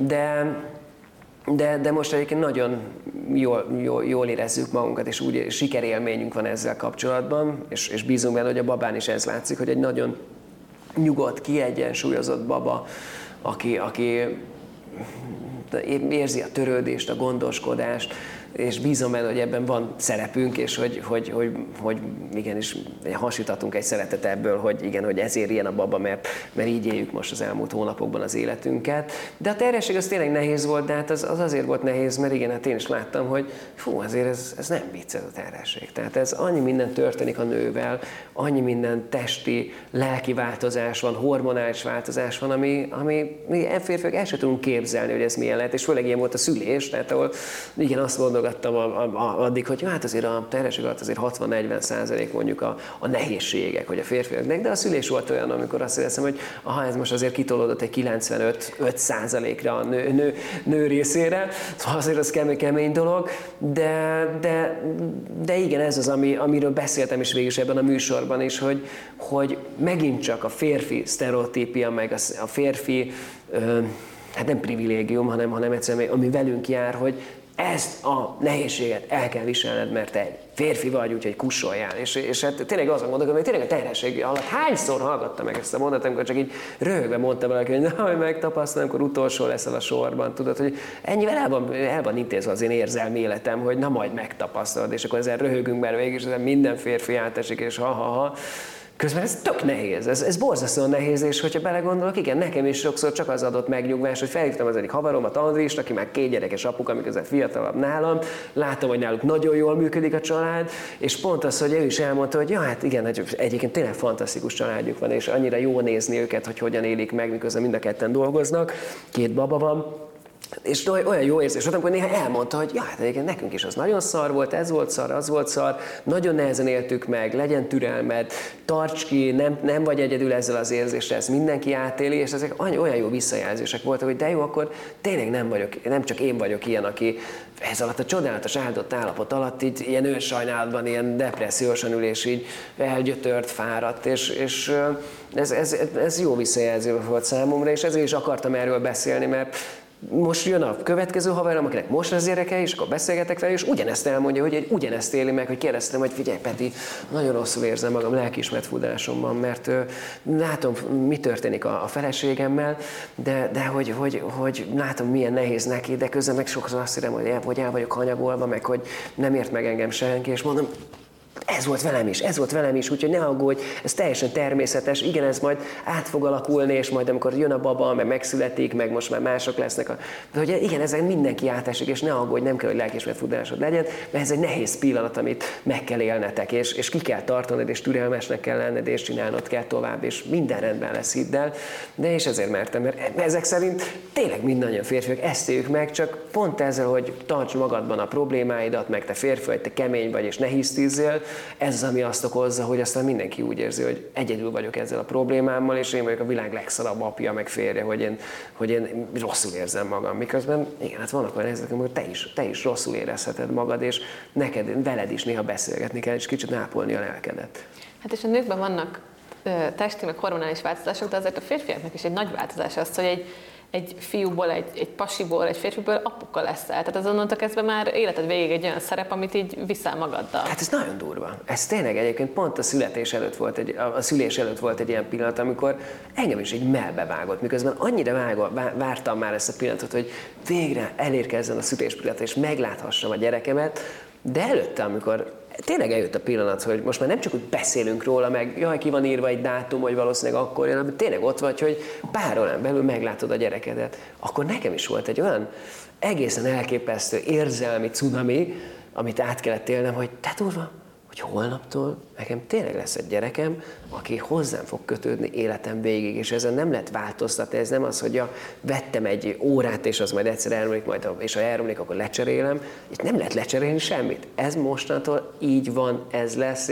de most egyébként nagyon jól érezzük magunkat, és úgy sikerélményünk van ezzel kapcsolatban, és bízunk benne, hogy a babán is ez látszik, hogy egy nagyon nyugodt, kiegyensúlyozott baba, aki érzi a törődést, a gondoskodást, és bízom benne, hogy ebben van szerepünk, és hogy igenis hasítatunk egy szeretet ebből, hogy igen, hogy ezért ilyen a baba, mert így éljük most az elmúlt hónapokban az életünket. De a terhesség az tényleg nehéz volt, de hát az azért volt nehéz, mert igen, hát én is láttam, hogy azért ez nem vicc ez a terhesség. Tehát ez annyi minden történik a nővel, annyi minden testi, lelki változás van, hormonális változás van, ami mi férfiak el sem tudunk képzelni, hogy ez milyen lehet, és főleg ilyen volt a szülés, tehát ahol igen, azt gondolgattam addig, hogy hát azért a terhesség alatt azért 60-40% mondjuk a nehézségek, hogy a férfiaknak, de a szülés volt olyan, amikor azt hiszem, hogy ez most azért kitolódott egy 95-5%-ra a nő részére, szóval azért az kemény dolog, de igen, ez az, amiről beszéltem is végül is ebben a műsorban is, hogy megint csak a férfi sztereotípia, meg a férfi, hát nem privilégium, hanem egyszerűen, ami velünk jár, hogy ezt a nehézséget el kell viselned, mert te egy férfi vagy, úgyhogy kussoljál. És hát tényleg azon gondolkodom, hogy tényleg a terhesség alatt hányszor hallgattam meg ezt a mondatot, amikor csak így röhögve mondta valaki, hogy na, hogy megtapasztalom, amikor utolsó leszel a sorban, tudod, hogy ennyivel el van intézve az én érzelmi életem, hogy na majd megtapasztalod, és akkor ezzel röhögünk, mert végig is minden férfi átesik, és ha. Közben ez tök nehéz, ez borzasztóan nehéz, és hogyha belegondolok, igen, nekem is sokszor csak az adott megnyugvás, hogy felhívtam az egyik haveromat, Andrist, aki már 2 gyerekes apuka, miközben fiatalabb nálam, látom, hogy náluk nagyon jól működik a család, és pont az, hogy ő is elmondta, hogy ja, hát igen, egyébként tényleg fantasztikus családjuk van, és annyira jó nézni őket, hogy hogyan élik meg, miközben mind a ketten dolgoznak, 2 baba van, És olyan jó érzés volt, amikor néha elmondta, hogy ja, hát egyébként nekünk is az nagyon szar volt, ez volt szar, az volt szar, nagyon nehezen éltük meg, legyen türelmed, tarts ki, nem vagy egyedül ezzel az érzéssel, ezt mindenki átéli, és ezek olyan jó visszajelzések voltak, hogy de jó, akkor tényleg nem csak én vagyok ilyen, aki ez alatt a csodálatos áldott állapot alatt így ilyen önsajnálatban, ilyen depressziósan ül, és így elgyötört, fáradt, és ez jó visszajelző volt számomra, és ezért is akartam erről beszélni, mert most jön a következő haverom, akinek most az gyereke, és akkor beszélgetek vele, és ugyanezt elmondja, hogy ugyanezt éli meg, hogy kérdeztem, hogy figyelj Peti, nagyon rosszul érzem magam lelkiismeret furdalásomban, mert látom, mi történik a feleségemmel, de hogy látom, milyen nehéz neki, de közben meg sokszor azt hiszem, hogy el vagyok hanyagolva, meg hogy nem ért meg engem senki, és mondom, ez volt velem is, úgyhogy ne aggódj, ez teljesen természetes, igen, ez majd át fog alakulni, és majd amikor jön a baba, meg megszületik, meg most már mások lesznek, de hogy igen, ezen mindenki átesik, és ne aggódj, nem kell, hogy lelkiismeret furdalásod legyen, mert ez egy nehéz pillanat, amit meg kell élnetek, és ki kell tartanod, és türelmesnek kell lenned, és csinálnod kell tovább, és minden rendben lesz, hidd el, de és ezért mertem, mert ezek szerint tényleg mindannyian férfiak, ezt éljük meg, csak pont ezzel, hogy tarts magadban a problémáidat, meg te férfi vagy, te kemény vagy, és ne hisztízzél, ez az, ami azt okozza, hogy aztán mindenki úgy érzi, hogy egyedül vagyok ezzel a problémámmal, és én vagyok a világ legszarabb apja, meg férje, hogy én rosszul érzem magam. Miközben igen, hát vannak olyan helyzetek, amikor te is rosszul érezheted magad, és veled is néha beszélgetni kell, és kicsit ápolni a lelkedet. Hát és a nőkben vannak testi, meg hormonális változások, de azért a férfiaknak is egy nagy változás az, hogy egy fiúból, egy pasiból, egy férfiből apuka leszel. Tehát azonnantól kezdve már életed végig egy olyan szerep, amit így viszel magaddal. Hát ez nagyon durva. Ez tényleg egyébként pont a szülés előtt volt egy ilyen pillanat, amikor engem is így melbevágott, miközben annyira vártam már ezt a pillanatot, hogy végre elérkezzen a szülés pillanat, és megláthassam a gyerekemet, de előtte, amikor tényleg eljött a pillanat, hogy most már nem csak úgy beszélünk róla, meg jaj, ki van írva egy dátum, hogy valószínűleg akkor jön, hanem tényleg ott vagy, hogy pár órán belül meglátod a gyerekedet. Akkor nekem is volt egy olyan egészen elképesztő érzelmi cunami, amit át kellett élnem, hogy te durva, hogy holnaptól nekem tényleg lesz egy gyerekem, aki hozzám fog kötődni életem végig, és ezen nem lehet változtatni, ez nem az, hogy vettem egy órát, és az majd egyszer elromlik, és ha elromlik, akkor lecserélem. Itt nem lehet lecserélni semmit. Ez mostantól így van, ez lesz,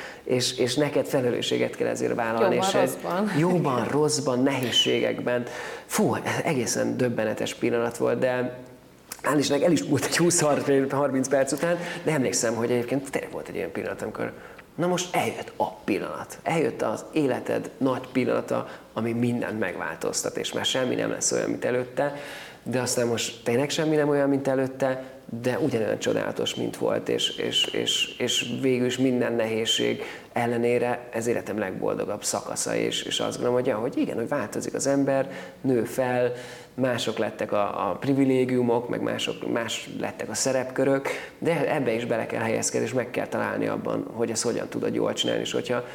és neked felelősséget kell ezért vállalni. Jóban, rosszban, nehézségekben. Fú, egészen döbbenetes pillanat volt, de hál' Istennek el is múlt egy 20-30 perc után, de emlékszem, hogy egyébként tényleg volt egy olyan pillanat, amikor na most eljött a pillanat. Eljött az életed nagy pillanata, ami mindent megváltoztat, és már semmi nem lesz olyan, mint előtte, de aztán most tényleg semmi nem olyan, mint előtte, de ugyanolyan csodálatos, mint volt, és végül is minden nehézség ellenére ez életem legboldogabb szakasza, és azt gondolom, hogy igen, hogy változik az ember, nő fel, mások lettek a privilégiumok, meg más lettek a szerepkörök, de ebbe is bele kell helyezkedni, és meg kell találni abban, hogy ezt hogyan tudod jól csinálni, és hogyha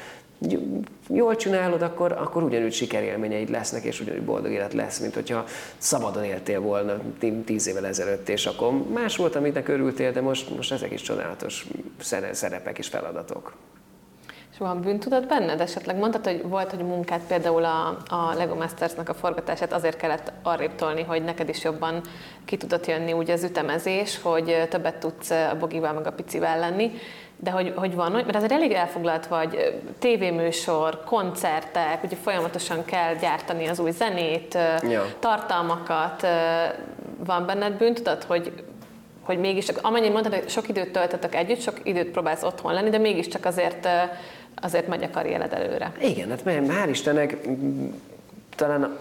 jól csinálod, akkor ugyanúgy sikerélményeid lesznek, és ugyanúgy boldog élet lesz, mint hogyha szabadon éltél volna 10 évvel ezelőtt, és akkor más volt, amit örültél, de most ezek is csodálatos szerepek és feladatok. És van bűntudat benned? Esetleg mondtad, hogy volt, hogy munkát, például a Lego Masters-nak a forgatását azért kellett arrébb tolni, hogy neked is jobban ki tudott jönni úgy az ütemezés, hogy többet tudsz a Bogival meg a Picivel lenni, de hogy van, mert azért elég elfoglalt vagy, tévéműsor, koncertek, ugye folyamatosan kell gyártani az új zenét, tartalmakat, van benned bűntudat, hogy mégiscsak, amennyire mondtad, hogy sok időt töltetek együtt, sok időt próbálsz otthon lenni, de mégiscsak azért megy a karriered előre. Igen, hát hál' Istennek talán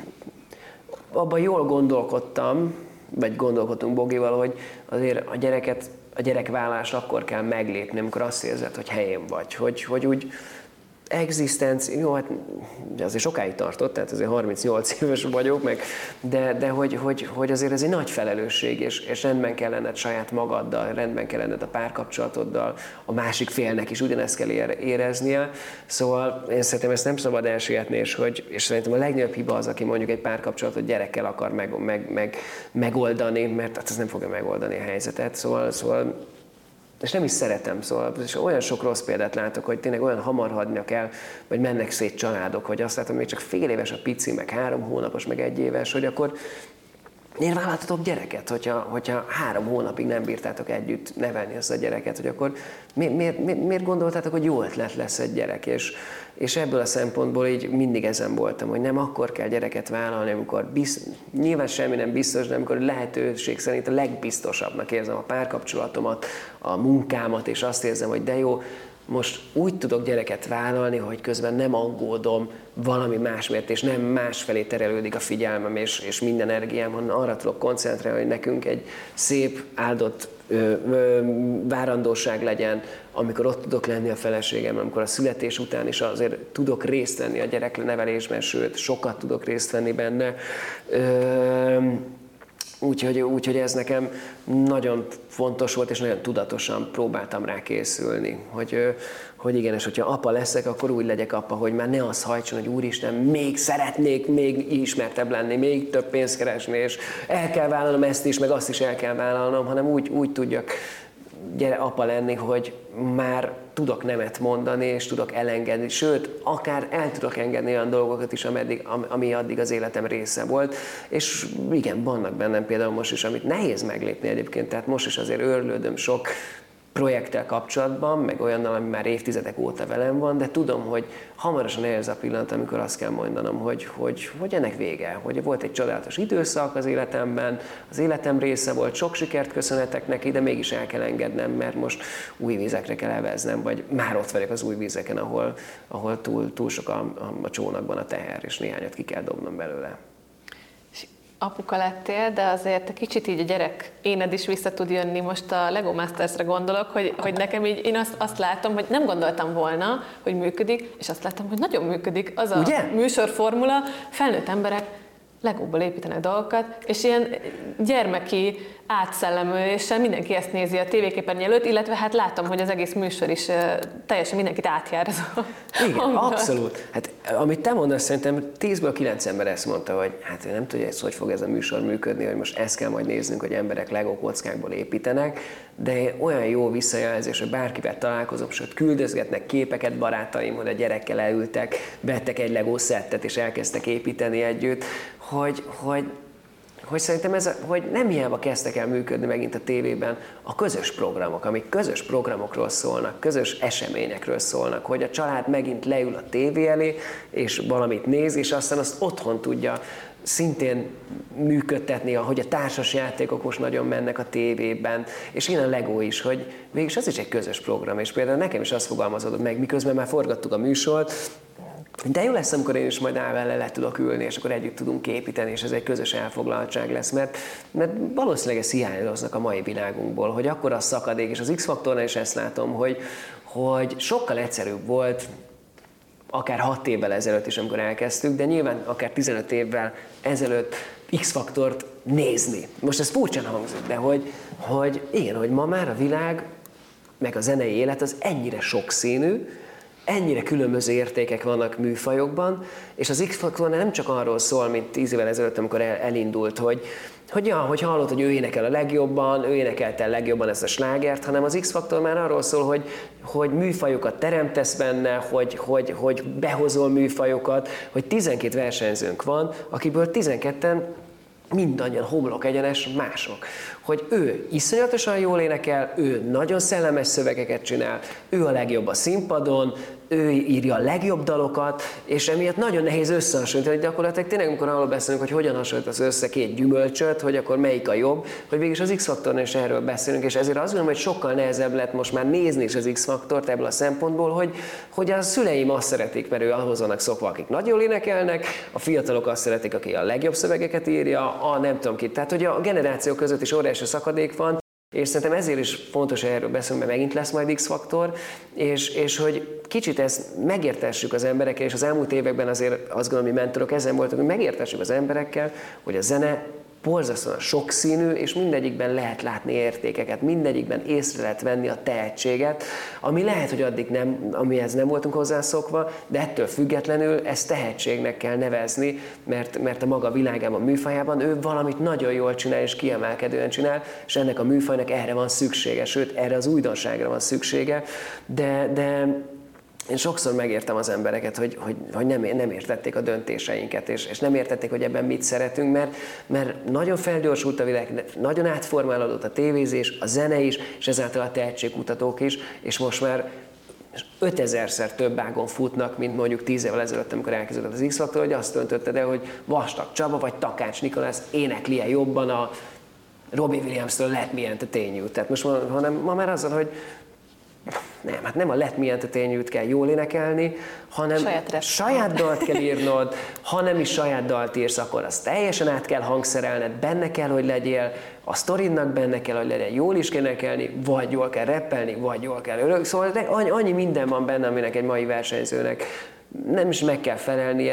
abban jól gondolkodtam, vagy gondolkodtunk Bogival, hogy azért a gyerekvállás akkor kell meglépni, amikor azt érzed, hogy helyén vagy, hogy úgy egzisztenci, jó, hát azért sokáig tartott, tehát azért 38 éves vagyok, de hogy azért ez egy nagy felelősség, és rendben kell lenned saját magaddal, rendben kell lenned a párkapcsolatoddal, a másik félnek is ugyanezt kell éreznie, szóval én szerintem ezt nem szabad elsietni, és szerintem a legnagyobb hiba az, aki mondjuk egy párkapcsolatot gyerekkel akar megoldani, mert hát ez nem fogja megoldani a helyzetet, szóval és nem is szeretem, szóval és olyan sok rossz példát látok, hogy tényleg olyan hamar hagynak el, vagy mennek szét családok, hogy azt látom, még csak fél éves a pici, meg 3 hónapos, meg 1 éves, hogy akkor Miért vállaltatok gyereket, hogyha 3 hónapig nem bírtátok együtt nevelni azt a gyereket, hogy akkor miért gondoltátok, hogy jó ötlet lesz egy gyerek? És ebből a szempontból így mindig ezen voltam, hogy nem akkor kell gyereket vállalni, amikor nyilván semmi nem biztos, de amikor lehetőség szerint a legbiztosabbnak érzem a párkapcsolatomat, a munkámat, és azt érzem, hogy de jó, most úgy tudok gyereket vállalni, hogy közben nem aggódom valami másmért, és nem másfelé terelődik a figyelmem és minden energiám, hanem arra tudok koncentrálni, hogy nekünk egy szép, áldott várandóság legyen, amikor ott tudok lenni a feleségem, amikor a születés után is azért tudok részt venni a gyereknevelésben, sőt, sokat tudok részt venni benne. Úgyhogy ez nekem nagyon fontos volt, és nagyon tudatosan próbáltam rá készülni, hogy igen, és hogyha apa leszek, akkor úgy legyek apa, hogy már ne az hajtson, hogy úristen, még szeretnék még ismertebb lenni, még több pénzt keresni, és el kell vállalnom ezt is, meg azt is el kell vállalnom, hanem úgy tudjak apa lenni, hogy már tudok nemet mondani, és tudok elengedni, sőt, akár el tudok engedni olyan dolgokat is, ami addig az életem része volt, és igen, vannak bennem például most is, amit nehéz meglépni egyébként, tehát most is azért őrlődöm sok projekttel kapcsolatban, meg olyannal, ami már évtizedek óta velem van, de tudom, hogy hamarosan eljön a pillanat, amikor azt kell mondanom, hogy ennek vége, hogy volt egy csodálatos időszak az életemben, az életem része volt, sok sikert köszönhetek neki, de mégis el kell engednem, mert most új vízekre kell elveznem, vagy már ott vagyok az új vízeken, ahol túl sok a csónakban a teher, és néhányat ki kell dobnom belőle. Apuka lettél, de azért kicsit így a gyerek éned is vissza tud jönni. Most a Lego Masters-re gondolok, hogy nekem így, én azt látom, hogy nem gondoltam volna, hogy működik, és azt láttam, hogy nagyon működik. Az a műsorformula, felnőtt emberek Legóból építenek dolgokat, és ilyen gyermeki átszellemüléssel mindenki ezt nézi a tévéképernyő előtt, illetve hát látom, hogy az egész műsor is teljesen mindenkit átjár ez a Igen, hangulat. abszolút. Hát amit te mondasz, szerintem 10-ből 9 ember ezt mondta, hogy hát ő nem tudja, hogy fog ez a műsor működni, hogy most ezt kell majd néznünk, hogy emberek Lego kockákból építenek, de olyan jó visszajelzés, hogy bárkivel találkozom, sőt küldözgetnek képeket barátaim, hogy a gyerekkel leültek, vettek egy Lego szettet és elkezdtek építeni együtt, hogy szerintem hogy nem hiába kezdtek el működni megint a tévében a közös programok, amik közös programokról szólnak, közös eseményekről szólnak, hogy a család megint leül a tévé elé, és valamit néz, és aztán azt otthon tudja szintén működtetni, hogy a társas játékok most nagyon mennek a tévében, és ilyen a Lego is, hogy mégis az is egy közös program, és például nekem is azt fogalmazódott meg, miközben már forgattuk a műsort, de jó lesz, amikor én is majd Ábellel le tudok ülni, és akkor együtt tudunk építeni, és ez egy közös elfoglaltság lesz, mert valószínűleg ezt hiányoznak a mai világunkból, hogy akkor a szakadék, és az X-faktornál is ezt látom, hogy sokkal egyszerűbb volt, akár 6 évvel ezelőtt is, amikor elkezdtük, de nyilván akár 15 évvel ezelőtt X-faktort nézni. Most ez furcsán hangzik, de hogy igen, hogy ma már a világ, meg a zenei élet az ennyire sokszínű, ennyire különböző értékek vannak műfajokban, és az X-faktor nem csak arról szól, mint 10 évvel ezelőtt, amikor elindult, hogy hallott, hogy ő énekel a legjobban, ő énekelte a legjobban ezt a slágert, hanem az X-faktor már arról szól, hogy műfajokat teremtesz benne, hogy behozol műfajokat, hogy 12 versenyzőnk van, akiből 12-en mindannyian homlok egyenes mások. Hogy ő iszonyatosan jól énekel, ő nagyon szellemes szövegeket csinál, ő a legjobb a színpadon, ő írja a legjobb dalokat, és emiatt nagyon nehéz összehasonlítani, hogy gyakorlatilag tényleg, amikor arról beszélünk, hogy hogyan hasonlítasz össze két gyümölcsöt, hogy akkor melyik a jobb, hogy végülis az X-faktornál is erről beszélünk, és ezért azt gondolom, hogy sokkal nehezebb lett most már nézni is az X-faktort ebből a szempontból, hogy a szüleim azt szeretik, mert ő ahhoz vannak szokva, akik nagyon jól énekelnek, a fiatalok azt szeretik, aki a legjobb szövegeket írja, a nem tudom ki. Tehát, hogy a generációk között is óriási szakadék van, és szerintem ezért is fontos, hogy erről beszélünk, mert megint lesz majd X-faktor, és hogy kicsit ezt megértessük az emberekkel, és az elmúlt években azért azt gondolom, hogy mentorok ezen voltak, hogy megértessük az emberekkel, hogy a zene borzasztóan sokszínű, és mindegyikben lehet látni értékeket, mindegyikben észre lehet venni a tehetséget, ami lehet, hogy addig nem, amihez nem voltunk hozzászokva, de ettől függetlenül ezt tehetségnek kell nevezni, mert a maga világában, a műfajában ő valamit nagyon jól csinál, és kiemelkedően csinál, és ennek a műfajnak erre van szüksége, sőt, erre az újdonságra van szüksége, de én sokszor megértem az embereket, hogy nem értették a döntéseinket, és nem értették, hogy ebben mit szeretünk, mert nagyon felgyorsult a világ, nagyon átformálódott a tévézés, a zene is, és ezáltal a tehetségkutatók is, és most már 5000-szer több ágon futnak, mint mondjuk 10 évvel ezelőtt, amikor elkezdődött az X-faktor, hogy azt döntötted el, hogy Vastag Csaba vagy Takács Nikolász énekli-e jobban a Robbie Williams-től Let Me Entertain You. Tehát most ma már azon, hogy nem a Let Me Entertain You-t kell jól énekelni, hanem saját dalt kell írnod, ha nem is saját dalt írsz, akkor azt teljesen át kell hangszerelned, benne kell, hogy legyél, a sztoridnak benne kell, hogy legyen, jól is kell énekelni, vagy jól kell rappelni, vagy jól kell szóval annyi minden van benne, aminek egy mai versenyzőnek nem is meg kell felelnie,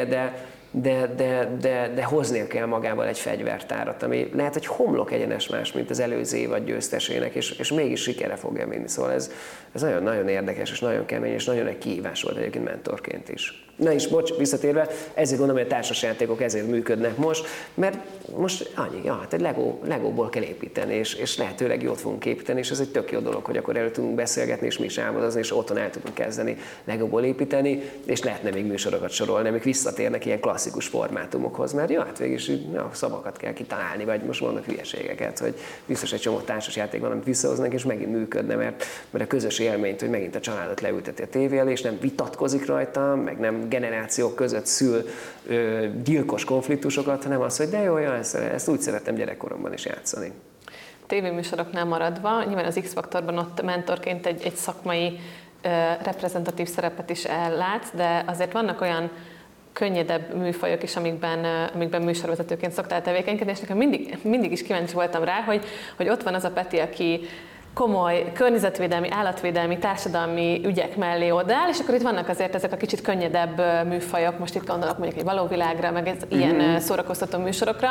de hoznia kell magával egy fegyvertárat, ami lehet, hogy homlok egyenes más, mint az előző évad győztesének, és mégis sikerre fogja vinni. Szóval ez nagyon-nagyon érdekes, és nagyon kemény, és nagyon egy kihívás volt egyébként mentorként is. Na és visszatérve, ezért gondolom, hogy a társasjátékok ezért működnek most, mert most annyi, hát egy Legóból kell építeni, és lehetőleg jót fogunk építeni, és ez egy tök jó dolog, hogy akkor erről tudunk beszélgetni, és mi is álmodozni, és otthon el tudunk kezdeni Legóból építeni, és lehetne még műsorokat sorolni, amik visszatérnek ilyen klasszikus formátumokhoz, mert hát végülis szavakat kell kitalálni, vagy most mondok hülyeségeket, hogy biztos egy csomó társasjáték van, amit visszahoznak, és megint működne, mert a közös élményt, hogy megint a családot leülteti a tévé elé, és nem vitatkozik rajta, meg nem generációk között szül gyilkos konfliktusokat, hanem az, hogy de jó, ezt úgy szerettem gyerekkoromban is játszani. Tévéműsoroknál maradva, nyilván az X-faktorban ott mentorként egy szakmai reprezentatív szerepet is ellátsz, de azért vannak olyan könnyedebb műfajok is, amikben műsorvezetőként szoktál tevékenykedni, és nekem mindig is kíváncsi voltam rá, hogy ott van az a Peti, aki komoly környezetvédelmi, állatvédelmi, társadalmi ügyek mellé odáll, és akkor itt vannak azért ezek a kicsit könnyedebb műfajok, most itt gondolok mondjuk egy valóvilágra, meg ilyen szórakoztató műsorokra.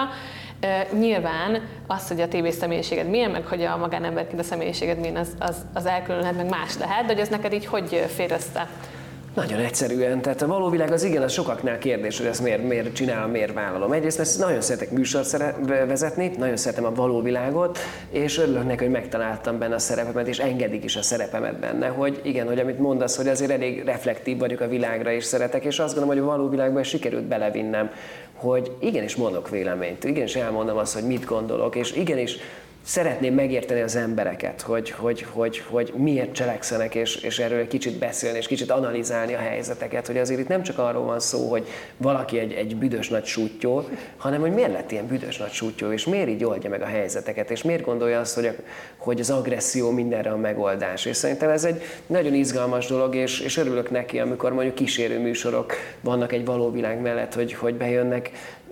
Nyilván az, hogy a tévés személyiséged milyen, meg hogy a magánemberként a személyiséged milyen, az elkülönülhet, meg más lehet, de hogy ez neked így hogy fér össze? Nagyon egyszerűen, tehát a való világ az igen, az sokaknál kérdés, hogy ezt miért csinálom, miért vállalom. Egyrészt ezt nagyon szeretek műsort vezetni, nagyon szeretem a való világot, és örülök neki, hogy megtaláltam benne a szerepemet, és engedik is a szerepemet benne, hogy igen, hogy amit mondasz, hogy azért elég reflektív vagyok a világra, és szeretek, és azt gondolom, hogy a való világban sikerült belevinnem, hogy igenis mondok véleményt, igenis elmondom azt, hogy mit gondolok, és igenis szeretném megérteni az embereket, hogy miért cselekszenek, és erről egy kicsit beszélni, és kicsit analizálni a helyzeteket, hogy azért itt nem csak arról van szó, hogy valaki egy büdös nagy súttyó, hanem hogy miért lett ilyen büdös nagy súttyó, és miért így oldja meg a helyzeteket, és miért gondolja azt, hogy az agresszió mindenre a megoldás. És szerintem ez egy nagyon izgalmas dolog, és örülök neki, amikor mondjuk kísérő műsorok vannak egy való világ mellett, hogy bejönnek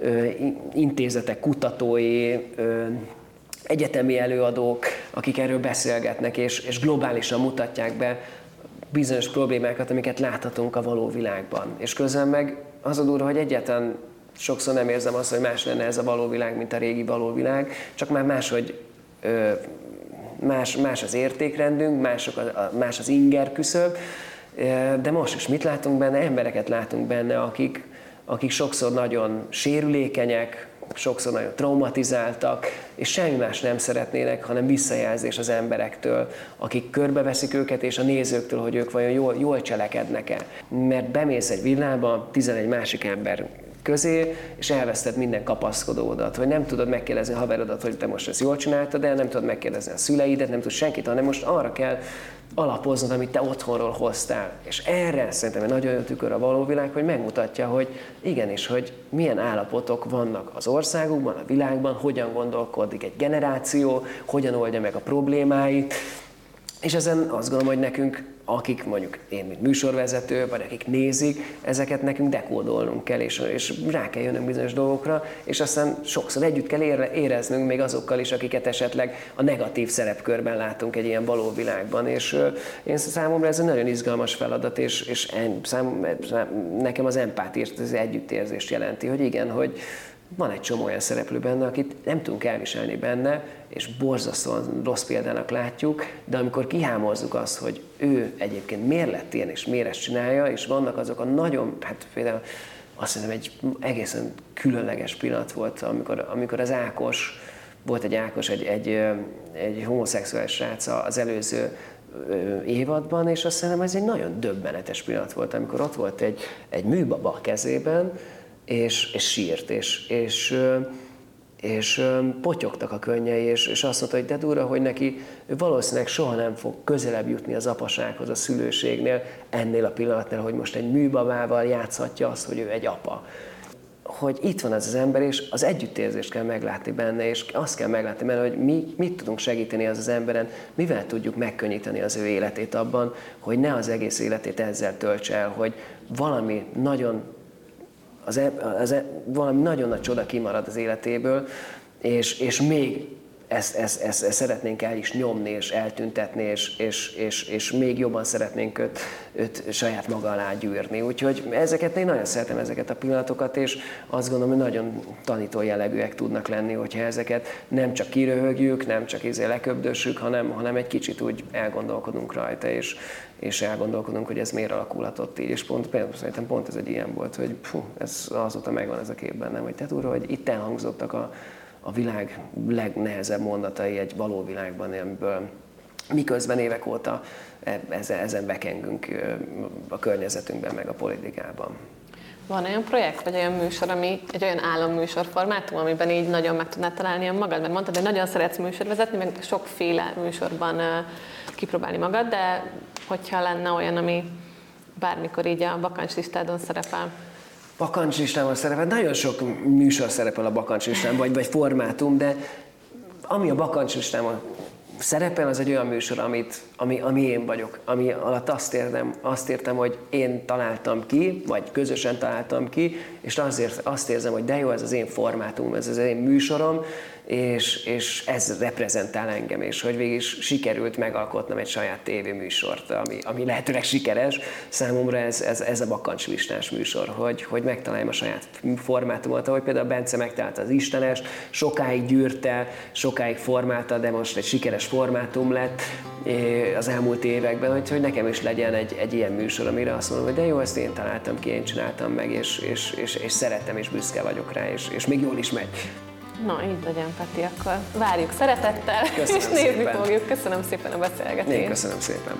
intézetek, kutatói, egyetemi előadók, akik erről beszélgetnek, és globálisan mutatják be bizonyos problémákat, amiket láthatunk a való világban. És közben meg az a durva, hogy egyáltalán sokszor nem érzem azt, hogy más lenne ez a való világ, mint a régi való világ, csak már más az értékrendünk, más az inger küszöb, de most is mit látunk benne? Embereket látunk benne, akik sokszor nagyon sérülékenyek, sokszor nagyon traumatizáltak, és semmi más nem szeretnének, hanem visszajelzés az emberektől, akik körbeveszik őket, és a nézőktől, hogy ők vajon jól cselekednek-e. Mert bemész egy villába 11 másik ember közé, és elveszted minden kapaszkodódat, hogy nem tudod megkérdezni a haverodat, hogy te most ezt jól csináltad, de nem tudod megkérdezni a szüleidet, nem tudod senkit, hanem most arra kell alapoznod, amit te otthonról hoztál. És erre szerintem egy nagyon jó tükör a való világ, hogy megmutatja, hogy igenis, hogy milyen állapotok vannak az országukban, a világban, hogyan gondolkodik egy generáció, hogyan oldja meg a problémáit. És ezen azt gondolom, hogy nekünk, akik mondjuk én, mint műsorvezető, vagy akik nézik, ezeket nekünk dekódolnunk kell, és rá kell jönnünk bizonyos dolgokra, és aztán sokszor együtt kell éreznünk még azokkal is, akiket esetleg a negatív szerepkörben látunk egy ilyen való világban. És én számomra ez egy nagyon izgalmas feladat, és nekem az empátiát, az együttérzést jelenti, hogy igen, hogy van egy csomó olyan szereplő benne, akit nem tudunk elviselni benne, és borzasztóan rossz példának látjuk, de amikor kihámozzuk azt, hogy ő egyébként miért lett ilyen, és miért ezt csinálja, és vannak azok a nagyon, hát például azt hiszem egy egészen különleges pillanat volt, amikor az Ákos, volt egy Ákos, egy homoszexuális srác az előző évadban, és azt hiszem ez egy nagyon döbbenetes pillanat volt, amikor ott volt egy műbaba a kezében, és sírt, és potyogtak a könnyei, és azt mondta, hogy de durva, hogy neki valószínűleg soha nem fog közelebb jutni az apasághoz a szülőségnél, ennél a pillanatnál, hogy most egy műbabával játszhatja azt, hogy ő egy apa. Hogy itt van ez az ember, és az együttérzést kell meglátni benne, és azt kell meglátni benne, hogy mi mit tudunk segíteni az emberen, mivel tudjuk megkönnyíteni az ő életét abban, hogy ne az egész életét ezzel töltse el, hogy valami nagyon valami nagyon nagy csoda kimarad az életéből, és még ezt szeretnénk el is nyomni, és eltüntetni, és még jobban szeretnénk őt saját maga alá gyűrni. Úgyhogy én nagyon szeretem ezeket a pillanatokat, és azt gondolom, hogy nagyon tanító jellegűek tudnak lenni, hogyha ezeket nem csak kiröhögjük, nem csak leköbdössük, hanem egy kicsit úgy elgondolkodunk rajta, és elgondolkodunk, hogy ez miért alakulhatott így. És szerintem pont ez egy ilyen volt, hogy ez azóta megvan ez a kép bennem, hogy te úr, hogy itt elhangzottak a világ legnehezebb mondatai egy való világban, amiből miközben évek óta ezen bekengünk a környezetünkben, meg a politikában. Van olyan projekt, vagy olyan műsor, ami egy olyan államműsor formátum, amiben így nagyon meg tudnád találni magad? Mert mondtad, hogy nagyon szeretsz műsorvezetni, meg sokféle műsorban kipróbálni magad, de hogyha lenne olyan, ami bármikor így a bakancslistádon szerepel? Bakancslistában szerepel, nagyon sok műsor szerepel a bakancslistán, vagy formátum, de ami a bakancslistában szerepel, az egy olyan műsor, ami én vagyok, ami alatt azt értem, hogy én találtam ki, vagy közösen találtam ki, és azt érzem, hogy de jó, ez az én formátum, ez az én műsorom, és ez reprezentál engem, és hogy végig is sikerült megalkotnom egy saját tévéműsort, ami lehetőleg sikeres. Számomra ez a bakancslistás műsor, hogy megtaláljam a saját formátumot, ahogy például Bence megtalálta az Istenes, sokáig gyűrte, sokáig formálta, de most egy sikeres formátum lett az elmúlt években, hogy nekem is legyen egy ilyen műsor, amire azt mondom, hogy de jó, ezt én találtam ki, én csináltam meg, és szerettem, és büszke vagyok rá, és még jól is megy. Na, így legyen, Peti, akkor várjuk szeretettel, köszönöm és nézni szépen. fogjuk. Köszönöm szépen a beszélgetést. Én köszönöm szépen.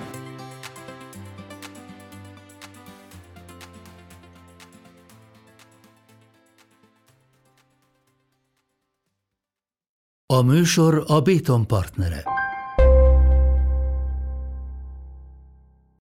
A műsor a Béton partnere.